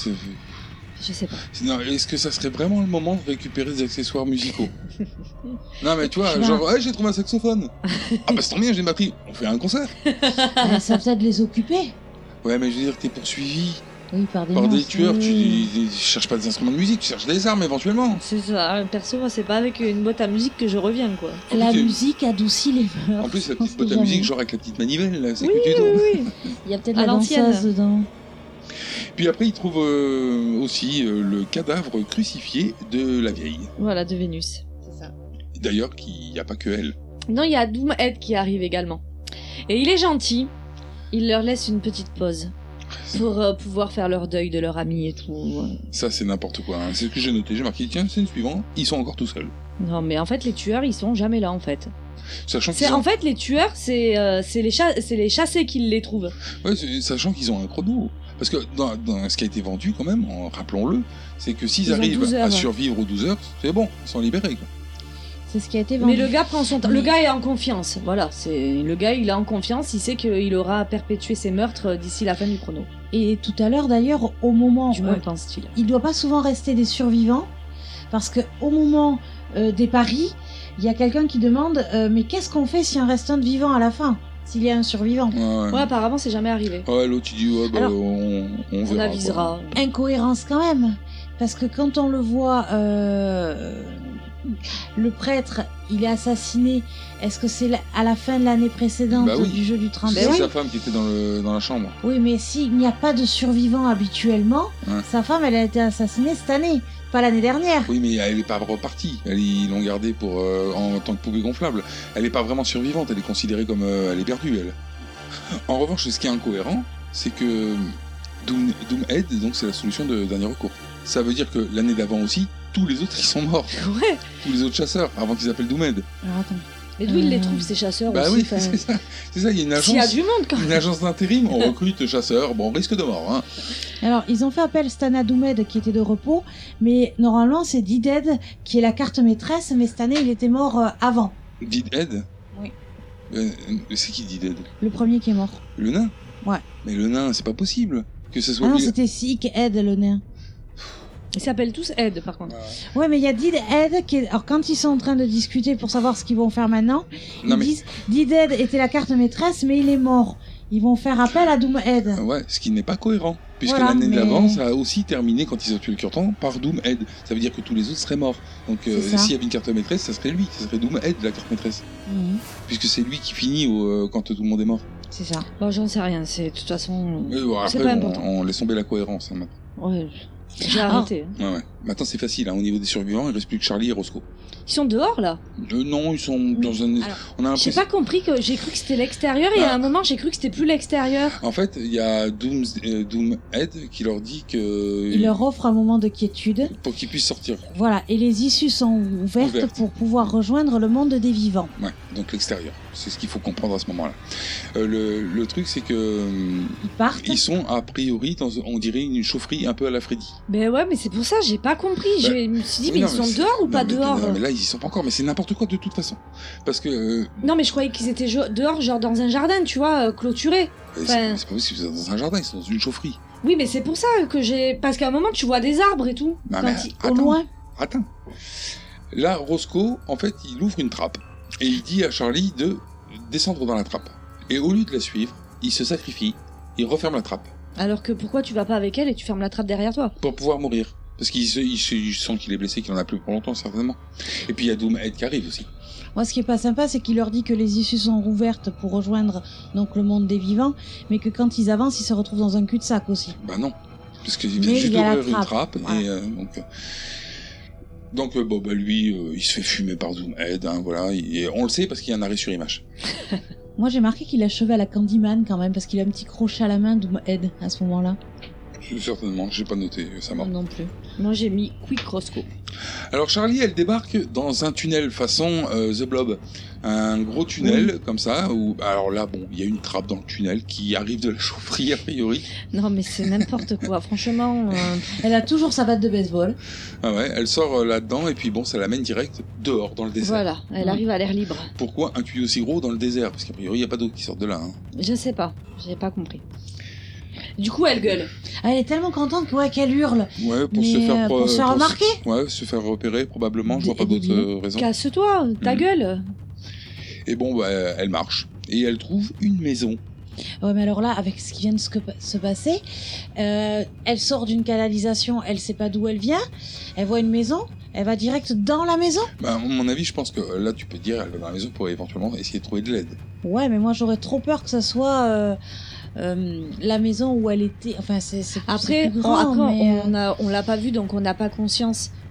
Je sais pas. Non, est-ce que ça serait vraiment le moment de récupérer des accessoires musicaux? Non mais tu vois, genre, hey, j'ai trouvé un saxophone. Ah bah c'est trop bien, j'ai une batterie. On fait un concert. Ça peut-être les occuper. Ouais, mais je veux dire, t'es poursuivi. Oui, par des tueurs, tu cherches pas des instruments de musique, tu cherches des armes éventuellement. C'est ça, perso, moi, c'est pas avec une boîte à musique que je reviens, quoi. La musique adoucit les mœurs. En plus, la petite boîte à musique, genre avec la petite manivelle, là, c'est oui, que tu tournes. Oui. Il y a peut-être la danseuse dedans. Puis après, il trouve aussi le cadavre crucifié de la vieille. Voilà, de Vénus. C'est ça. D'ailleurs, il n'y a pas que elle. Non, il y a Doomhead qui arrive également. Et il est gentil. Il leur laisse une petite pause pour pouvoir faire leur deuil de leur ami et tout. Ça, c'est n'importe quoi. Hein. C'est ce que j'ai noté. J'ai marqué, tiens, c'est le suivant. Ils sont encore tout seuls. Non, mais en fait, les tueurs, ils sont jamais là, en fait. Sachant En fait, les tueurs, c'est les chassés qui les trouvent. Ouais, sachant qu'ils ont un chrono. Parce que dans ce qui a été vendu, quand même, rappelons-le, c'est que s'ils arrivent à survivre aux 12 heures, c'est bon, ils sont libérés, quoi. C'est ce qui a été vendu. Mais le gars prend son temps. Le gars est en confiance. Voilà, le gars, il est en confiance. Il sait qu'il aura perpétué ses meurtres d'ici la fin du chrono. Et tout à l'heure, d'ailleurs, au moment... Du moins, pense-t-il. Il doit pas souvent rester des survivants, parce que au moment des paris, il y a quelqu'un qui demande mais qu'est-ce qu'on fait s'il en reste un de vivant à la fin, s'il y a un survivant? Ouais, apparemment, c'est jamais arrivé. Ouais, l'autre, il dit, Alors, on verra. On avisera. Quoi. Incohérence quand même, parce que quand on le voit... le prêtre, il est assassiné. Est-ce que c'est à la fin de l'année précédente du jeu du 31? C'est sa femme qui était dans la chambre. Oui, mais s'il n'y a pas de survivants habituellement, sa femme, elle a été assassinée cette année, pas l'année dernière. Oui, mais elle n'est pas repartie. Ils l'ont gardée en tant que poupée gonflable. Elle n'est pas vraiment survivante. Elle est considérée comme elle est perdue, elle. En revanche, ce qui est incohérent, c'est que Doomhead, donc c'est la solution de dernier recours. Ça veut dire que l'année d'avant aussi, tous les autres ils sont morts. Ouais. Tous les autres chasseurs, avant qu'ils appellent Doomhead. Alors attends. Et d'où ils les trouvent, ces chasseurs aussi? Oui, c'est ça. C'est ça, il y a une agence. S'il y a du monde, quand même. Une agence d'intérim, on recrute chasseurs, bon, risque de mort. Hein. Alors, ils ont fait appel à Stana Doomhead qui était de repos, mais normalement, c'est Deadhead qui est la carte maîtresse, mais cette année, il était mort avant. Deadhead? Oui. C'est qui Deadhead? Le premier qui est mort. Le nain? Ouais. Mais le nain, c'est pas possible que ce soit non, lui. C'était Sick Ed, le nain. Ils s'appellent tous Ed, par contre. Ouais, mais il y a Deadhead qui est... Alors, quand ils sont en train de discuter pour savoir ce qu'ils vont faire maintenant, ils disent Deadhead était la carte maîtresse, mais il est mort. Ils vont faire appel à Doomhead. Ouais, ce qui n'est pas cohérent. Puisque l'année d'avant, ça a aussi terminé, quand ils ont tué le curtant, par Doomhead. Ça veut dire que tous les autres seraient morts. Donc, s'il y avait une carte maîtresse, ça serait lui. Ça serait Doomhead, la carte maîtresse. Puisque c'est lui qui finit quand tout le monde est mort. C'est ça. Bon, j'en sais rien. De toute façon, c'est pas important. On laisse tomber la cohérence, hein, maintenant. Ouais. J'ai arrêté. Ouais. Maintenant, c'est facile. Au niveau des survivants, il reste plus que Charlie et Roscoe. Ils sont dehors, là? Non, ils sont dans un... Alors, j'ai pas compris que j'ai cru que c'était l'extérieur et à un moment, j'ai cru que c'était plus l'extérieur. En fait, il y a Doomhead qui leur dit que... Il leur offre un moment de quiétude. Pour qu'ils puissent sortir. Voilà, et les issues sont ouvertes pour pouvoir rejoindre le monde des vivants. Ouais, donc l'extérieur. C'est ce qu'il faut comprendre à ce moment-là. Le truc, c'est que... Ils partent. Ils sont, a priori, dans, on dirait, une chaufferie un peu à la Freddy. Ben ouais, mais c'est pour ça, j'ai pas compris. Je me suis dit, mais ils sont dehors ou pas dehors? Non, mais là, ils y sont pas encore, mais c'est n'importe quoi de toute façon. Parce que... Non, mais je croyais qu'ils étaient dehors, genre dans un jardin, tu vois, clôturé. C'est pas possible, c'est dans un jardin, ils sont dans une chaufferie. Oui, mais c'est pour ça que j'ai... Parce qu'à un moment, tu vois des arbres et tout. Non, mais au loin. Attends. Là, Roscoe, en fait, il ouvre une trappe. Et il dit à Charlie de descendre dans la trappe. Et au lieu de la suivre, il se sacrifie, il referme la trappe. Alors que pourquoi tu vas pas avec elle et tu fermes la trappe derrière toi? Pour pouvoir mourir. Parce qu'il sent qu'il est blessé, qu'il en a plus pour longtemps, certainement. Et puis il y a Doomhead qui arrive aussi. Moi, ce qui est pas sympa, c'est qu'il leur dit que les issues sont rouvertes pour rejoindre donc le monde des vivants, mais que quand ils avancent, ils se retrouvent dans un cul-de-sac aussi. Bah non, parce qu'il vient juste d'ouvrir une trappe, voilà. Et lui, il se fait fumer par Doomhead, hein, voilà, et on le sait parce qu'il y a un arrêt sur image. Moi, j'ai marqué qu'il achevait à la Candyman quand même, parce qu'il a un petit crochet à la main, Doomhead, à ce moment-là. Certainement, j'ai pas noté ça mort. Non plus. Moi j'ai mis Quick Roscoe. Alors Charlie, elle débarque dans un tunnel façon The Blob, un gros tunnel comme ça. Où alors là, bon, il y a une trappe dans le tunnel qui arrive de la chaufferie a priori. Non mais c'est n'importe quoi, franchement. Elle a toujours sa batte de baseball. Ah ouais, elle sort là-dedans et puis bon, ça l'amène direct dehors dans le désert. Voilà, elle arrive à l'air libre. Pourquoi un tuyau aussi gros dans le désert? Parce qu'a priori, il y a pas d'eau qui sort de là. Hein. Je sais pas, j'ai pas compris. Du coup, elle gueule. Elle est tellement contente qu'elle hurle. Ouais, pour se faire remarquer. Ouais, se faire repérer probablement. Je vois pas d'autres raisons. Casse-toi, ta gueule. Et bon, elle marche et elle trouve une maison. Ouais, mais alors là, avec ce qui vient de se passer, elle sort d'une canalisation, elle sait pas d'où elle vient. Elle voit une maison. Elle va direct dans la maison. À mon avis, je pense que là, tu peux te dire, elle va dans la maison pour éventuellement essayer de trouver de l'aide. Ouais, mais moi, j'aurais trop peur que ça soit la maison où elle était. Enfin, c'est après, plus grand, on l'a pas vu, donc on n'a pas conscience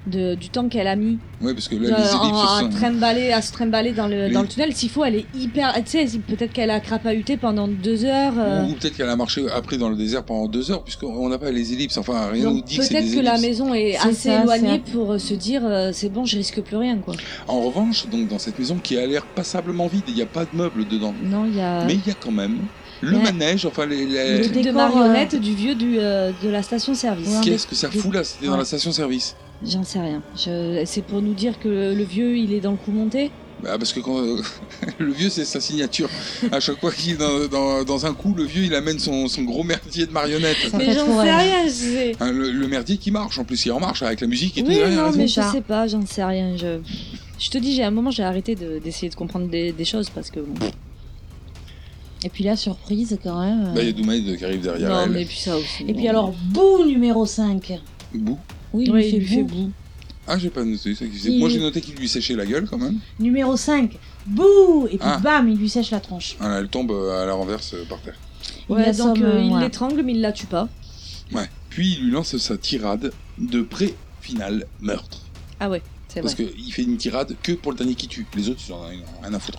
du temps qu'elle a mis Ouais, parce que là, les ellipses à se trimballer dans le tunnel. S'il faut, elle est hyper... Tu sais, peut-être qu'elle a crapahuté pendant 2 heures. Ou peut-être qu'elle a marché après dans le désert pendant 2 heures, puisqu'on n'a pas les ellipses. Enfin, rien Donc, nous dit que c'est des peut-être que ellipses. la maison est assez éloignée pour se dire c'est bon, je risque plus rien, quoi. En revanche, donc dans cette maison qui a l'air passablement vide, il n'y a pas de meubles dedans. Non, il y a... Mais il y a quand même le manège, enfin le truc de marionnette du vieux de la station-service. Qu'est-ce que ça fout là? C'était dans la station-service. J'en sais rien. C'est pour nous dire que le vieux, il est dans le coup monté? Bah parce que quand le vieux, c'est sa signature. À chaque fois qu'il est dans un coup, le vieux, il amène son gros merdier de marionnette. Mais j'en sais rien, je sais. Le merdier qui marche, en plus, il en marche avec la musique et tout. Oui, non, mais je sais pas, j'en sais rien. Je te dis, à un moment, j'ai arrêté d'essayer de comprendre des choses parce que... Bon. Et puis là, surprise quand même. Bah, il y a Doumaid qui arrive derrière elle. Non, mais puis ça aussi. Et puis alors, Boo numéro 5. Boo? Oui, il lui fait Boo. Ah, j'ai pas noté ça. Moi, j'ai noté qu'il lui séchait la gueule quand même. Numéro 5, Boo. Et puis bam, il lui sèche la tronche. Ah, elle tombe à la renverse par terre. Ouais, donc il l'étrangle, mais il la tue pas. Ouais. Puis il lui lance sa tirade de pré-finale meurtre. Ah ouais, c'est vrai. Parce qu'il fait une tirade que pour le dernier qui tue. Les autres, ils en ont rien à foutre.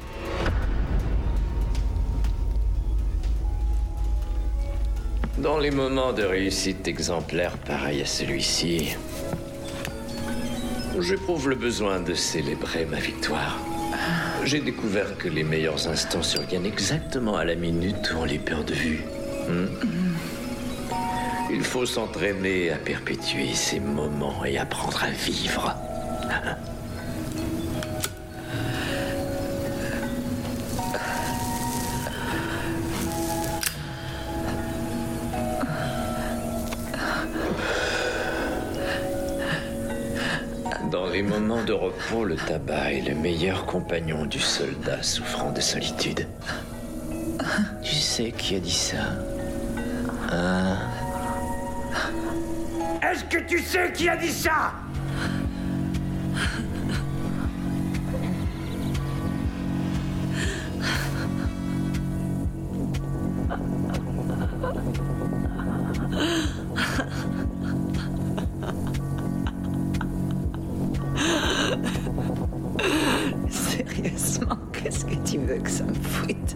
Dans les moments de réussite exemplaire pareil à celui-ci, j'éprouve le besoin de célébrer ma victoire. J'ai découvert que les meilleurs instants surviennent exactement à la minute où on les perd de vue. Il faut s'entraîner à perpétuer ces moments et apprendre à vivre. Dans les moments de repos, le tabac est le meilleur compagnon du soldat souffrant de solitude. Tu sais qui a dit ça? Hein? Est-ce que tu sais qui a dit ça? Sérieusement, qu'est-ce que tu veux que ça me foute?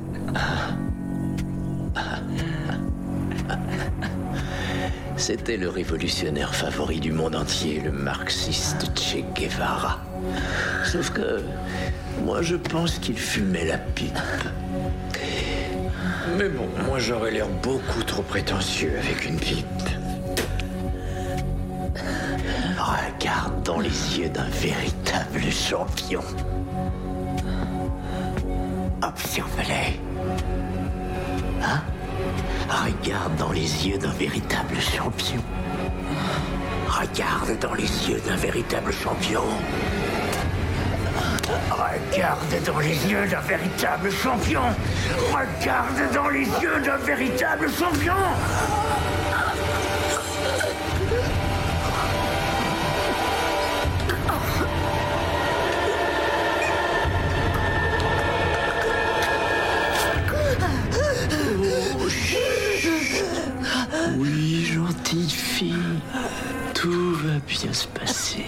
C'était le révolutionnaire favori du monde entier, le marxiste Che Guevara. Sauf que moi je pense qu'il fumait la pipe. Mais bon, moi j'aurais l'air beaucoup trop prétentieux avec une pipe. Regarde dans les yeux d'un véritable champion. Observe-les. Hein? Regarde dans les yeux d'un véritable champion. Regarde dans les yeux d'un véritable champion. Regarde dans les yeux d'un véritable champion. Regarde dans les yeux d'un véritable champion. Oui, gentille fille, tout va bien se passer.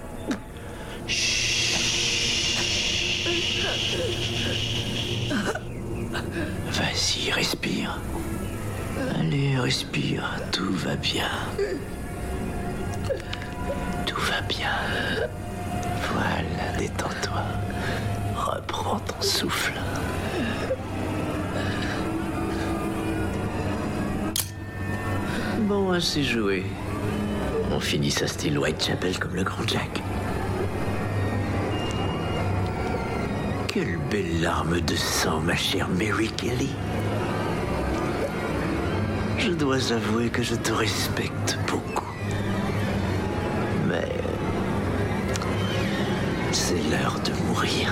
Vas-y, respire. Allez, respire, tout va bien. Tout va bien. Voilà, détends-toi. Reprends ton souffle. Bon, assez joué. On finit ça style Whitechapel comme le grand Jack. Quelle belle larme de sang, ma chère Mary Kelly. Je dois avouer que je te respecte beaucoup. Mais c'est l'heure de mourir.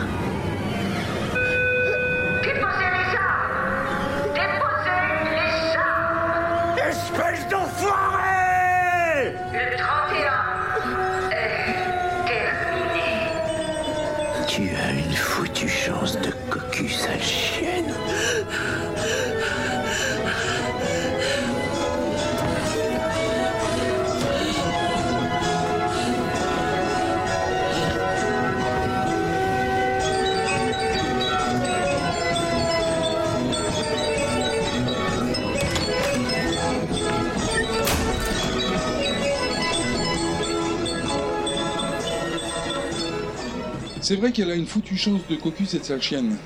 Déposez les armes! Déposez les armes! Espèce d'enfoiré! Le 31 est terminé. Tu as une foutue chance de cocu, sale chienne. C'est vrai qu'elle a une foutue chance de cocu, cette sale chienne.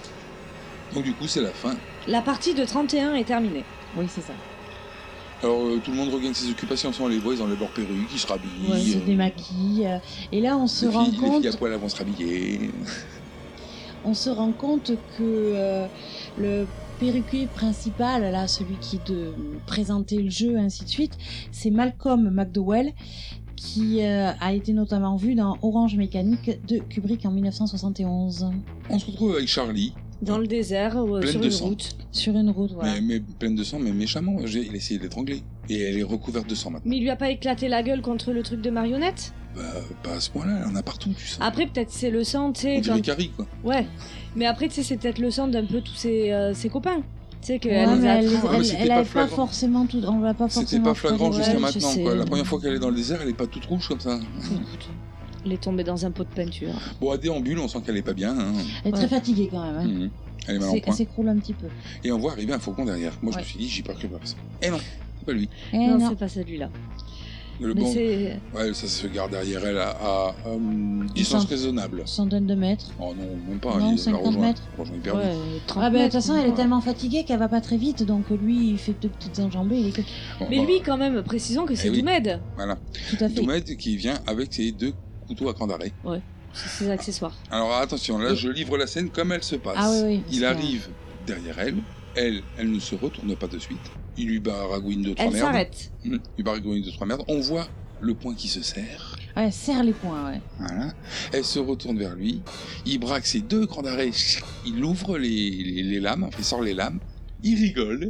Donc du coup, c'est la fin. La partie de 31 est terminée. Oui, c'est ça. Alors, tout le monde regagne ses occupations, on les voit, ils enlèvent leur perruque, ils se rhabillent. Ouais, ils se démaquillent. Et là, on se rend Les compte... filles à poil vont se rhabiller. On se rend compte que le perruquier principal, là, celui qui présentait le jeu, ainsi de suite, c'est Malcolm McDowell, qui a été notamment vu dans Orange Mécanique de Kubrick en 1971. On se retrouve avec Charlie. Dans le désert, sur une route. Sur une route, voilà. Mais pleine de sang, mais méchamment. Il a essayé de l'étrangler. Et elle est recouverte de sang maintenant. Mais il lui a pas éclaté la gueule contre le truc de marionnette? Bah, pas à ce point-là, il y en a partout, tu sais. Après, peut-être c'est le sang, tu sais. On dirait Carrie, quoi. Ouais. Mais après, tu sais, c'est peut-être le sang d'un peu tous ses copains. Tu sais qu'elle Ouais, les a. elle avait pas forcément tout. On l'a pas forcément. C'était pas flagrant jusqu'à maintenant, sais. quoi. La première fois qu'elle est dans le désert, elle est pas toute rouge comme ça. Elle est tombée dans un pot de peinture. Bon, à déambule, on sent qu'elle est pas bien. Hein. Elle est très fatiguée quand même. Hein. Mmh. Elle est mal en point. Elle s'écroule un petit peu. Et on voit arriver un faucon derrière. Moi, je me suis dit, j'ai pas cru voir ça. Et non, c'est pas lui. Non, c'est pas celui-là. Le bon, ouais, ça se garde derrière elle à distance raisonnable. Centaine de mètres. Oh non, même pas. Non, il 50 mètres. Hyper vite. Ah ben de toute façon, elle est tellement fatiguée qu'elle va pas très vite, donc lui, il fait deux petites enjambées. Il est... Bon, mais lui, quand même, précisons que c'est Doumed. Voilà. Tout à fait. Doumed qui vient avec ses 2 couteaux à cran d'arrêt. Ouais, c'est ses accessoires. Alors attention, là, je livre la scène comme elle se passe. Ah oui. Il arrive derrière elle. Elle ne se retourne pas de suite. Il lui baragouine 2-3 merdes. Elle s'arrête. Il lui baragouine 2-3 merdes. On voit le poing qui se serre. Ouais, serre les poings, ouais. Voilà. Elle se retourne vers lui. Il braque ses 2 grands d'arrêt. Il ouvre les lames. Enfin, il sort les lames. Il rigole.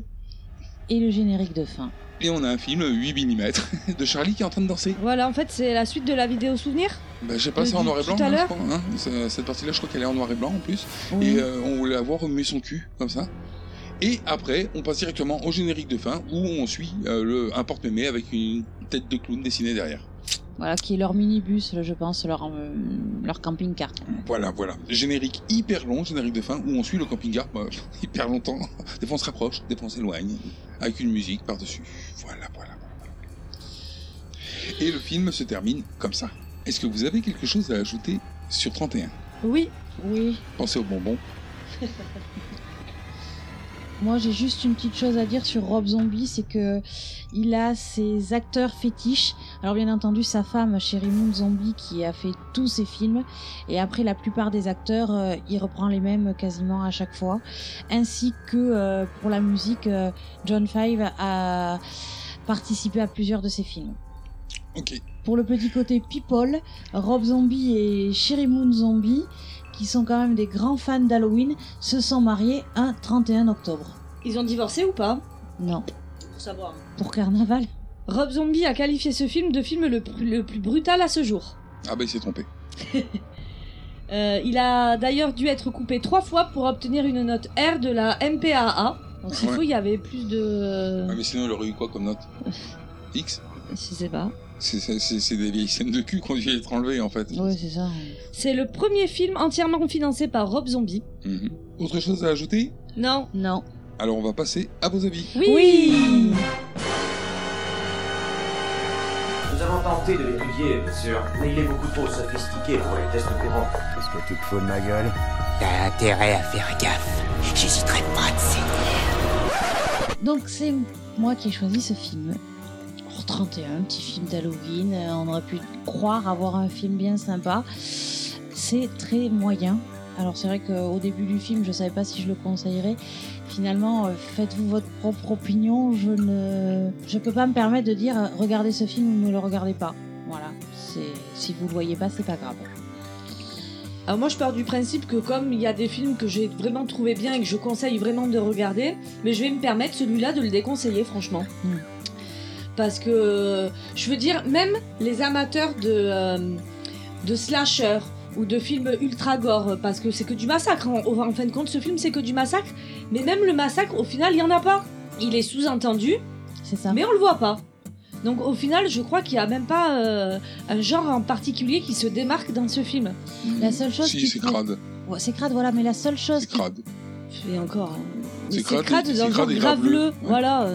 Et le générique de fin. Et on a un film 8 mm de Charlie qui est en train de danser. Voilà, en fait, c'est la suite de la vidéo souvenir. Bah, je sais pas, c'est en noir et blanc, tout à l'heure. Je crois, hein. Cette partie-là, je crois qu'elle est en noir et blanc en plus. Oui. Et on voulait la voir remuer son cul, comme ça. Et après, on passe directement au générique de fin où on suit un porte-mémé avec une tête de clown dessinée derrière. Voilà, qui est leur minibus, je pense, leur camping-car. Voilà. Générique hyper long, générique de fin, où on suit le camping-car hyper longtemps. Des fois on se rapproche, des fois on s'éloigne, avec une musique par-dessus. Voilà. Et le film se termine comme ça. Est-ce que vous avez quelque chose à ajouter sur 31 ? Oui. Pensez aux bonbons. Moi, j'ai juste une petite chose à dire sur Rob Zombie, c'est que il a ses acteurs fétiches. Alors, bien entendu, sa femme, Sherry Moon Zombie, qui a fait tous ses films. Et après, la plupart des acteurs, il reprend les mêmes quasiment à chaque fois. Ainsi que pour la musique, John Five a participé à plusieurs de ses films. Ok. Pour le petit côté people, Rob Zombie et Sherry Moon Zombie, qui sont quand même des grands fans d'Halloween, se sont mariés un 31 octobre. Ils ont divorcé ou pas ? Non. Pour savoir. Pour Carnaval. Rob Zombie a qualifié ce film de film le plus brutal à ce jour. Ah bah il s'est trompé. Il a d'ailleurs dû être coupé 3 fois pour obtenir une note R de la MPAA. Donc s'il faut, il y avait plus de... Ah mais sinon il aurait eu quoi comme note ? X ? Je sais pas. C'est des vieilles scènes de cul qu'on vient être enlevées en fait. Oui, c'est ça. C'est le premier film entièrement financé par Rob Zombie. Mmh. Autre chose à ajouter ? Non. Alors on va passer à vos avis. Oui. Nous avons tenté de l'étudier, bien sûr, mais il est beaucoup trop sophistiqué pour les tests courants. Qu'est-ce que tu te fous de ma gueule ? T'as intérêt à faire gaffe. J'hésiterai pas de saigner. Donc c'est moi qui ai choisi ce film. 31, petit film d'Halloween, on aurait pu croire avoir un film bien sympa. C'est très moyen. Alors c'est vrai qu'au début du film, je savais pas si je le conseillerais. Finalement, faites-vous votre propre opinion. Je peux pas me permettre de dire regardez ce film ou ne le regardez pas. Voilà. Si vous le voyez pas, c'est pas grave. Alors moi je pars du principe que comme il y a des films que j'ai vraiment trouvé bien et que je conseille vraiment de regarder, mais je vais me permettre celui-là de le déconseiller franchement. Parce que, je veux dire, même les amateurs de slasher ou de films ultra gore, parce que c'est que du massacre, en fin de compte, ce film c'est que du massacre, mais même le massacre, au final, il n'y en a pas. Il est sous-entendu, c'est ça. Mais on le voit pas. Donc au final, je crois qu'il n'y a même pas un genre en particulier qui se démarque dans ce film. La seule chose si, c'est crade. Ouais, c'est crade, voilà, mais la seule chose c'est crade. Et encore... C'est crade dans le genre graveleux, ouais. voilà.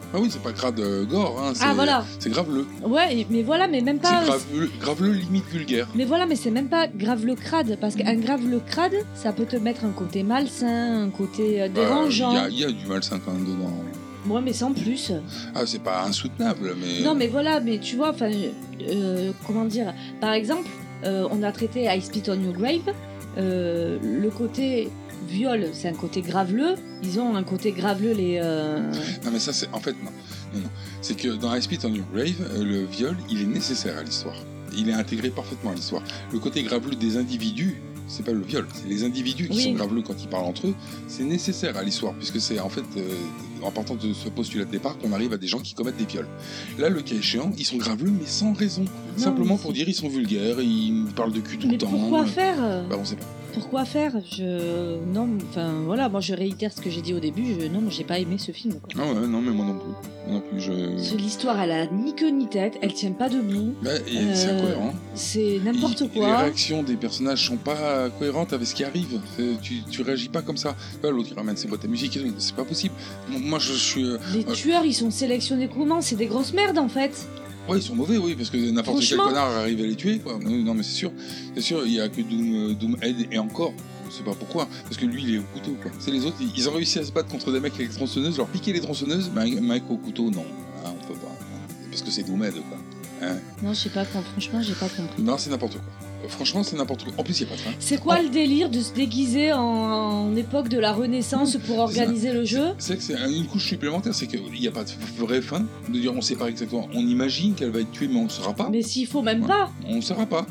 Ah oui, c'est pas crade gore, hein, voilà. C'est graveleux. Ouais, mais voilà, mais même pas. C'est graveleux limite vulgaire. Mais voilà, mais c'est même pas graveleux crade, parce qu'un graveleux crade, ça peut te mettre un côté malsain, un côté dérangeant. Il y a du malsain quand même dedans. Ouais, mais sans plus. Ah, c'est pas insoutenable, mais... Non, mais voilà, mais tu vois, enfin, comment dire, par exemple, on a traité I Spit on Your Grave, le côté viol, c'est un côté graveleux, ils ont un côté graveleux, les... Non, mais ça, c'est... En fait, non. C'est que dans I Spit on Your Grave, le viol, il est nécessaire à l'histoire. Il est intégré parfaitement à l'histoire. Le côté graveleux des individus, c'est pas le viol, c'est les individus qui sont graveleux quand ils parlent entre eux, c'est nécessaire à l'histoire, puisque c'est en fait, en partant de ce postulat de départ, qu'on arrive à des gens qui commettent des viols. Là, le cas échéant, ils sont graveleux, mais sans raison. Non, simplement pour dire ils sont vulgaires, ils parlent de cul tout le temps. Mais pourquoi faire on sait pas. Pourquoi faire Non, enfin voilà, moi je réitère ce que j'ai dit au début, non, j'ai pas aimé ce film. Quoi. Ah ouais, non, mais moi non plus. L'histoire, elle a ni queue ni tête, elle tient pas debout. C'est incohérent. C'est n'importe quoi. Les réactions des personnages sont pas cohérentes avec ce qui arrive. Tu réagis pas comme ça. L'autre il ramène ses boîtes à musique, c'est pas possible. Moi je suis. Les tueurs, ils sont sélectionnés comment ? C'est des grosses merdes en fait. Ouais, ils sont mauvais, oui, parce que n'importe quel connard arrive à les tuer, quoi. Non, mais c'est sûr, il y a que Doomhead et encore, je sais pas pourquoi, parce que lui, il est au couteau, quoi. C'est les autres, ils ont réussi à se battre contre des mecs avec les tronçonneuses, leur piquer les tronçonneuses, mais un mec au couteau, non, on peut pas, parce que c'est Doomhead, quoi. Non, je sais pas, franchement, j'ai pas compris. Non, c'est n'importe quoi. Franchement, c'est n'importe quoi. En plus, il n'y a pas de fin. C'est quoi le délire de se déguiser en époque de la Renaissance pour organiser le jeu ? C'est que c'est une couche supplémentaire, c'est qu'il n'y a pas de vraie fin. De dire, on ne sait pas exactement. On imagine qu'elle va être tuée, mais on ne saura pas. Mais s'il faut même pas. On ne saura pas.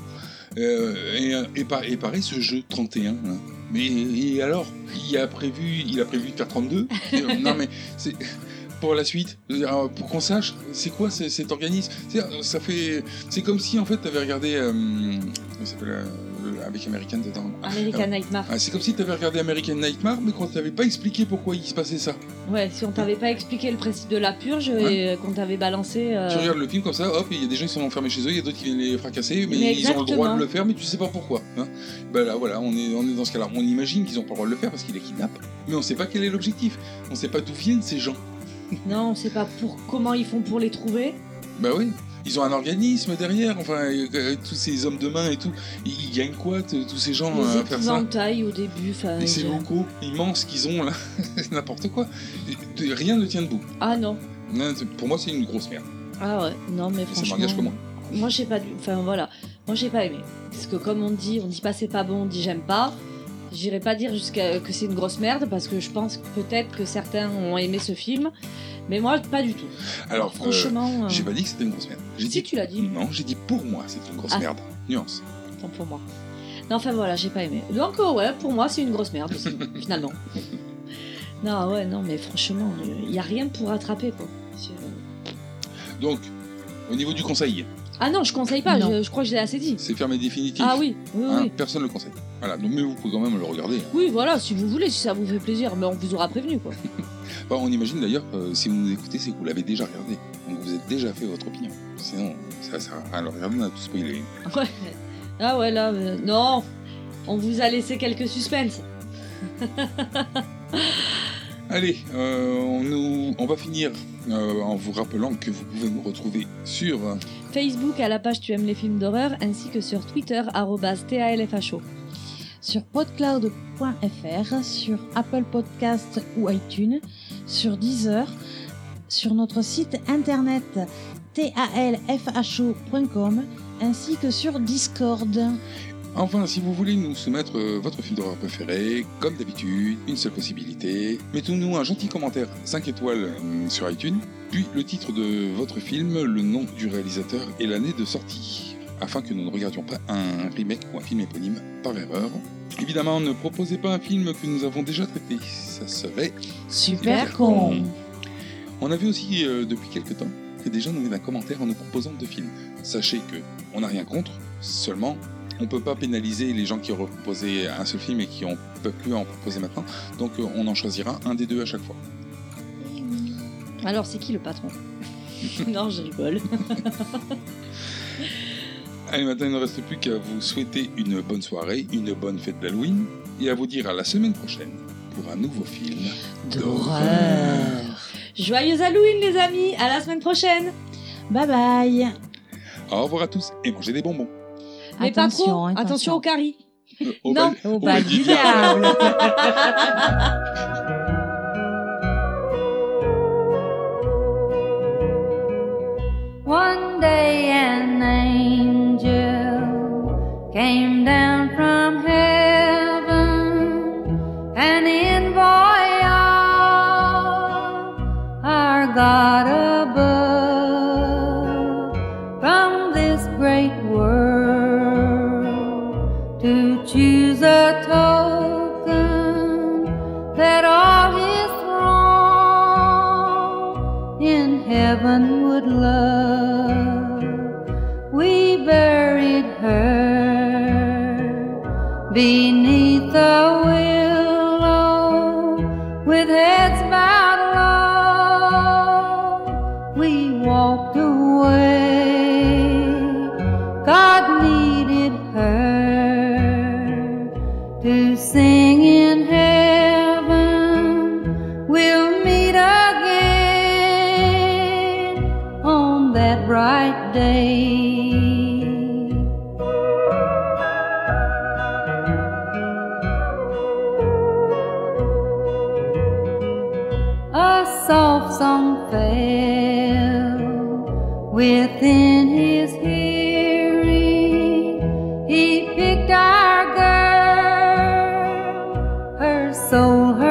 Et pareil, ce jeu 31. Hein. Mais alors, il a prévu de faire 32. Non, mais c'est... Pour la suite, pour qu'on sache, c'est quoi cet organisme. C'est comme si en fait t'avais regardé, comment s'appelle, avec American dedans. American Nightmare. C'est comme si t'avais regardé American Nightmare, mais qu'on t'avait pas expliqué pourquoi il se passait ça. Ouais, si on t'avait pas expliqué le principe de la purge et qu'on t'avait balancé. Tu regardes le film comme ça, hop, il y a des gens qui sont enfermés chez eux, il y a d'autres qui viennent les fracasser, mais ils ont le droit de le faire, mais tu sais pas pourquoi. Hein. Là, voilà, on est dans ce cas-là. On imagine qu'ils ont pas le droit de le faire parce qu'ils les kidnappent, mais on sait pas quel est l'objectif. On sait pas d'où viennent ces gens. Non, on sait pas comment ils font pour les trouver. Bah oui, ils ont un organisme derrière, enfin, tous ces hommes de main et tout, ils gagnent quoi, tous ces gens à faire ça ? Taille au début, enfin. Et ces locaux immenses qu'ils ont là, n'importe quoi, rien ne tient debout. Ah non. Pour moi, c'est une grosse merde. Ah ouais, non mais franchement. Ça m'engage que moi. Moi j'ai pas, enfin voilà, moi j'ai pas aimé, parce que comme on dit pas c'est pas bon, on dit j'aime pas. J'irai pas dire jusqu'à que c'est une grosse merde parce que je pense peut-être que certains ont aimé ce film, mais moi pas du tout. Alors franchement, j'ai pas dit que c'était une grosse merde. Tu l'as dit. Non, j'ai dit pour moi c'est une grosse merde. Nuance. Tant pour moi. Non, enfin voilà, j'ai pas aimé. Donc ouais, pour moi c'est une grosse merde aussi, finalement. Non ouais, non mais franchement, il y a rien pour rattraper quoi. Donc, au niveau du conseil. Ah non, je conseille pas, je crois que je l'ai assez dit. C'est fermé définitif. Ah oui, oui. Personne ne le conseille. Voilà, donc, mais vous pouvez quand même le regarder. Oui, voilà, si vous voulez, si ça vous fait plaisir, mais on vous aura prévenu, quoi. On imagine d'ailleurs que si vous nous écoutez, c'est que vous l'avez déjà regardé. Donc vous avez déjà fait votre opinion. Sinon, ça sert à le regarder, on a tout spoilé. Ouais. Ah ouais, là, non, on vous a laissé quelques suspens. Allez, on va finir en vous rappelant que vous pouvez nous retrouver sur Facebook à la page Tu aimes les films d'horreur, ainsi que sur Twitter @TALFHO. Sur podcloud.fr, sur Apple Podcast ou iTunes, sur Deezer, sur notre site internet talfho.com, ainsi que sur Discord. Enfin, si vous voulez nous soumettre votre film d'horreur préféré, comme d'habitude, une seule possibilité, mettez-nous un gentil commentaire 5 étoiles sur iTunes, puis le titre de votre film, le nom du réalisateur et l'année de sortie, afin que nous ne regardions pas un remake ou un film éponyme par erreur. Évidemment, ne proposez pas un film que nous avons déjà traité, ça serait super con. On a vu aussi depuis quelques temps que des gens nous mettent un commentaire en nous proposant 2 films. Sachez que on n'a rien contre, seulement on peut pas pénaliser les gens qui auraient proposé un seul film et qui ne peuvent plus en proposer maintenant, donc on en choisira un des 2 à chaque fois. Alors c'est qui le patron? Non, je rigole. Allez, maintenant il ne reste plus qu'à vous souhaiter une bonne soirée, une bonne fête d'Halloween, et à vous dire à la semaine prochaine pour un nouveau film d'horreur. Joyeux Halloween les amis, à la semaine prochaine. Bye bye. Au revoir à tous et mangez des bonbons. Mais pas trop, attention au carie. Non, au bal du diable. One day an angel came down from heaven, an envoy of our God above, from this great world to choose a token that all his throng in heaven would love. We buried her beneath a willow with heads bowed low. We walked away. God needed her to sing in heaven. We'll meet again on that bright day. A soft song fell within his hearing. He picked our girl, her soul, her